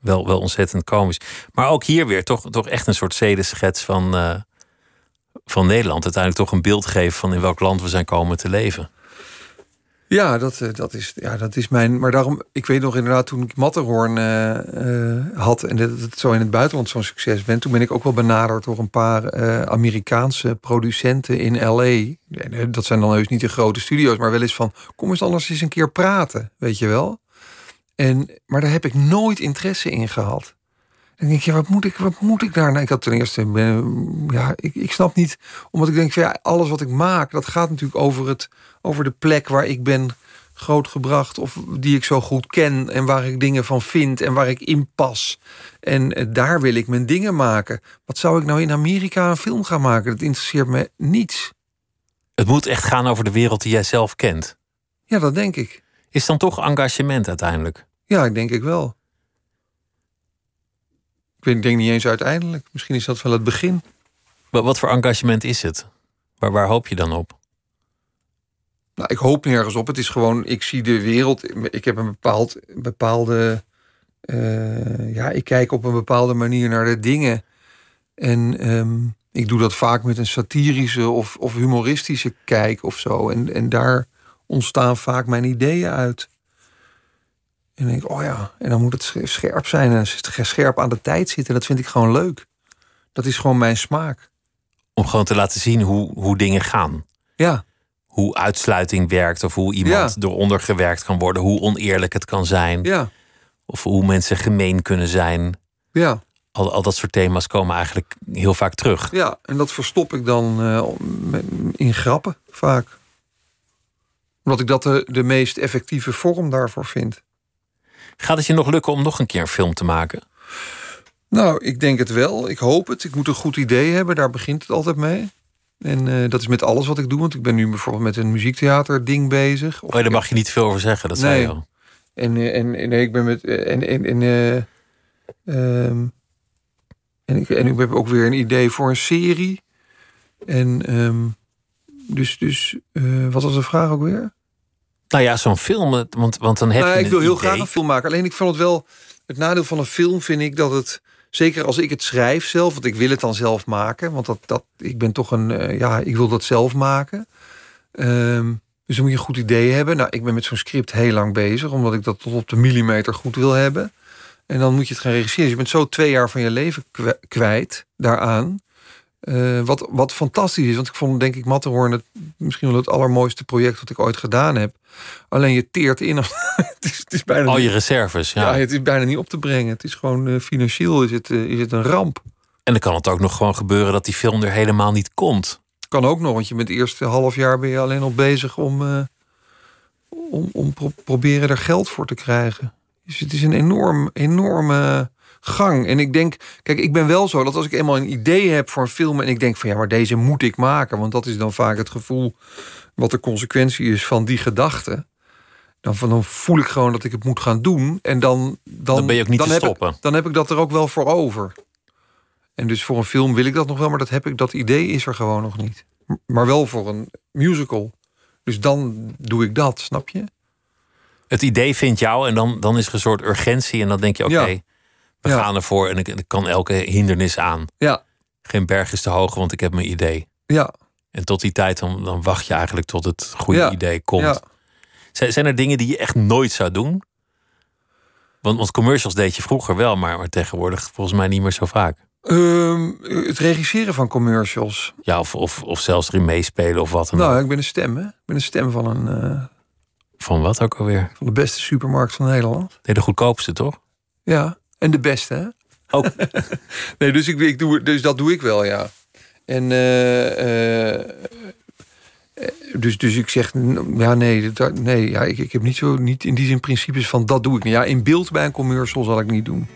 wel, wel ontzettend komisch. Maar ook hier weer toch, toch echt een soort zedeschets van, uh, van Nederland. Uiteindelijk toch een beeld geven van in welk land we zijn komen te leven. Ja, dat, dat, is, ja, dat is mijn... Maar daarom, ik weet nog inderdaad, toen ik Matterhorn uh, uh, had... en dat het zo in het buitenland zo'n succes ben... toen ben ik ook wel benaderd door een paar uh, Amerikaanse producenten in L A. Dat zijn dan heus niet de grote studio's... maar wel eens van, kom eens anders eens een keer praten, weet je wel. En, maar daar heb ik nooit interesse in gehad. Dan denk je, ja, wat moet ik, wat moet ik daar? Nou, ik had ten eerste, ben, ja, ik, ik snap niet, omdat ik denk, van, ja, alles wat ik maak, dat gaat natuurlijk over het, over de plek waar ik ben grootgebracht of die ik zo goed ken en waar ik dingen van vind en waar ik in pas. En eh, daar wil ik mijn dingen maken. Wat zou ik nou in Amerika een film gaan maken? Dat interesseert me niets. Het moet echt gaan over de wereld die jij zelf kent. Ja, dat denk ik. Is dan toch engagement uiteindelijk? Ja, ik denk ik wel. Ik denk niet eens uiteindelijk. Misschien is dat wel het begin. Maar wat voor engagement is het? Waar, waar hoop je dan op? Nou, ik hoop nergens op. Het is gewoon, ik zie de wereld. Ik heb een bepaald, bepaalde... Uh, ja, ik kijk op een bepaalde manier naar de dingen. En um, ik doe dat vaak met een satirische of, of humoristische kijk of zo. En, en daar ontstaan vaak mijn ideeën uit. En dan denk ik, oh ja, en dan moet het scherp zijn en scherp aan de tijd zitten. Dat vind ik gewoon leuk. Dat is gewoon mijn smaak. Om gewoon te laten zien hoe, hoe dingen gaan. Ja. Hoe uitsluiting werkt of hoe iemand ja. eronder gewerkt kan worden. Hoe oneerlijk het kan zijn. Ja. Of hoe mensen gemeen kunnen zijn. Ja. Al, al dat soort thema's komen eigenlijk heel vaak terug. Ja, en dat verstop ik dan uh, in grappen vaak. Omdat ik dat de, de meest effectieve vorm daarvoor vind. Gaat het je nog lukken om nog een keer een film te maken? Nou, ik denk het wel. Ik hoop het. Ik moet een goed idee hebben. Daar begint het altijd mee. En uh, dat is met alles wat ik doe. Want ik ben nu bijvoorbeeld met een muziektheater ding bezig. Of oh, daar mag je niet veel over zeggen. Dat nee. zei je al. En, en, en nee, ik ben met... En, en, en, uh, um, en, ik, en ik heb ook weer een idee voor een serie. En um, dus... dus uh, wat was de vraag ook weer? Nou ja, zo'n film, want, want dan heb nou, je ik wil heel idee. graag een film maken. Alleen ik vond het wel... Het nadeel van een film vind ik dat het... Zeker als ik het schrijf zelf, want ik wil het dan zelf maken. Want dat, dat, ik ben toch een... Uh, ja, ik wil dat zelf maken. Um, dus dan moet je een goed idee hebben. Nou, ik ben met zo'n script heel lang bezig. Omdat ik dat tot op de millimeter goed wil hebben. En dan moet je het gaan regisseren. Dus je bent zo twee jaar van je leven kwijt daaraan. Uh, wat, wat fantastisch is. Want ik vond, denk ik, Matterhorn het misschien wel het allermooiste project wat ik ooit gedaan heb. Alleen je teert in. het is, het is bijna Al je niet, reserves, ja. ja. Het is bijna niet op te brengen. Het is gewoon uh, financieel is het, uh, is het een ramp. En dan kan het ook nog gewoon gebeuren dat die film er helemaal niet komt. Kan ook nog, want je bent het eerste half jaar ben je alleen nog bezig om, uh, om, om pro- proberen er geld voor te krijgen. Dus het is een enorm, enorme gang. En ik denk, kijk, ik ben wel zo dat als ik eenmaal een idee heb voor een film en ik denk van ja, maar deze moet ik maken, want dat is dan vaak het gevoel wat de consequentie is van die gedachte. Dan, van, dan voel ik gewoon dat ik het moet gaan doen. En dan, dan, dan ben je ook niet dan te heb stoppen. Ik, dan heb ik dat er ook wel voor over. En dus voor een film wil ik dat nog wel, maar dat heb ik, dat idee is er gewoon nog niet. Maar wel voor een musical. Dus dan doe ik dat, snap je? Het idee vindt jou en dan, dan is er een soort urgentie. En dan denk je, oké, okay, ja. we ja. gaan ervoor en ik, ik kan elke hindernis aan. Ja. Geen berg is te hoog, want ik heb mijn idee. Ja. En tot die tijd, dan, dan wacht je eigenlijk tot het goede ja. idee komt. Ja. Zijn, zijn er dingen die je echt nooit zou doen? Want, want commercials deed je vroeger wel, maar, maar tegenwoordig volgens mij niet meer zo vaak. Um, het regisseren van commercials. Ja, of, of, of zelfs erin meespelen of wat dan Nou, ook. ik ben een stem, hè? Ik ben een stem van een... Uh, van wat ook alweer? Van de beste supermarkt van Nederland. Nee, de goedkoopste, toch? Ja, en de beste, hè? Ook. nee, dus, ik, ik doe, dus dat doe ik wel, ja. En... Uh, uh, Dus, dus ik zeg, ja, nee, dat, nee ja, ik, ik heb niet zo niet in die zin principes van dat doe ik niet. Ja, in beeld bij een commercial zal ik niet doen.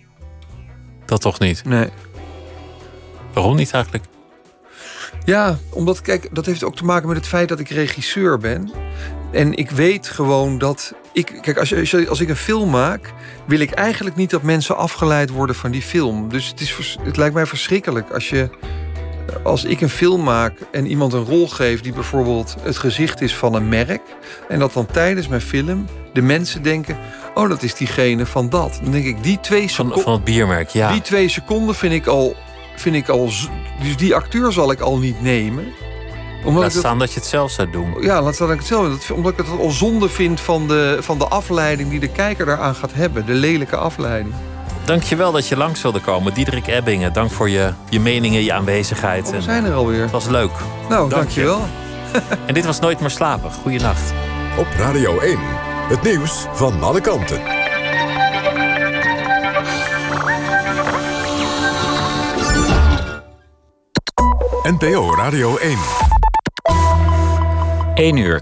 Dat toch niet? Nee. Waarom niet eigenlijk? Ja, omdat, kijk, dat heeft ook te maken met het feit dat ik regisseur ben. En ik weet gewoon dat ik, kijk, als, je, als ik een film maak, wil ik eigenlijk niet dat mensen afgeleid worden van die film. Dus het, is, het lijkt mij verschrikkelijk als je. Als ik een film maak en iemand een rol geeft die bijvoorbeeld het gezicht is van een merk, en dat dan tijdens mijn film de mensen denken, oh, dat is diegene van dat. Dan denk ik, die twee Van, seconden... van het biermerk, ja. Die twee seconden vind ik al... Vind ik al z- dus die acteur zal ik al niet nemen. Omdat Laat ik staan dat je het zelf zou doen. dat, ja, laat staan dat ik het zelf... Dat, omdat ik het al zonde vind van de, van de afleiding... die de kijker daaraan gaat hebben. De lelijke afleiding. Dankjewel dat je langs wilde komen. Diederik Ebbingen, dank voor je, je meningen, je aanwezigheid. Oh, we zijn er alweer. Het was leuk. Nou, Dank je. dankjewel. En dit was Nooit meer slapen. Goeienacht. Op Radio één. Het nieuws van alle kanten. N P O Radio één. één uur.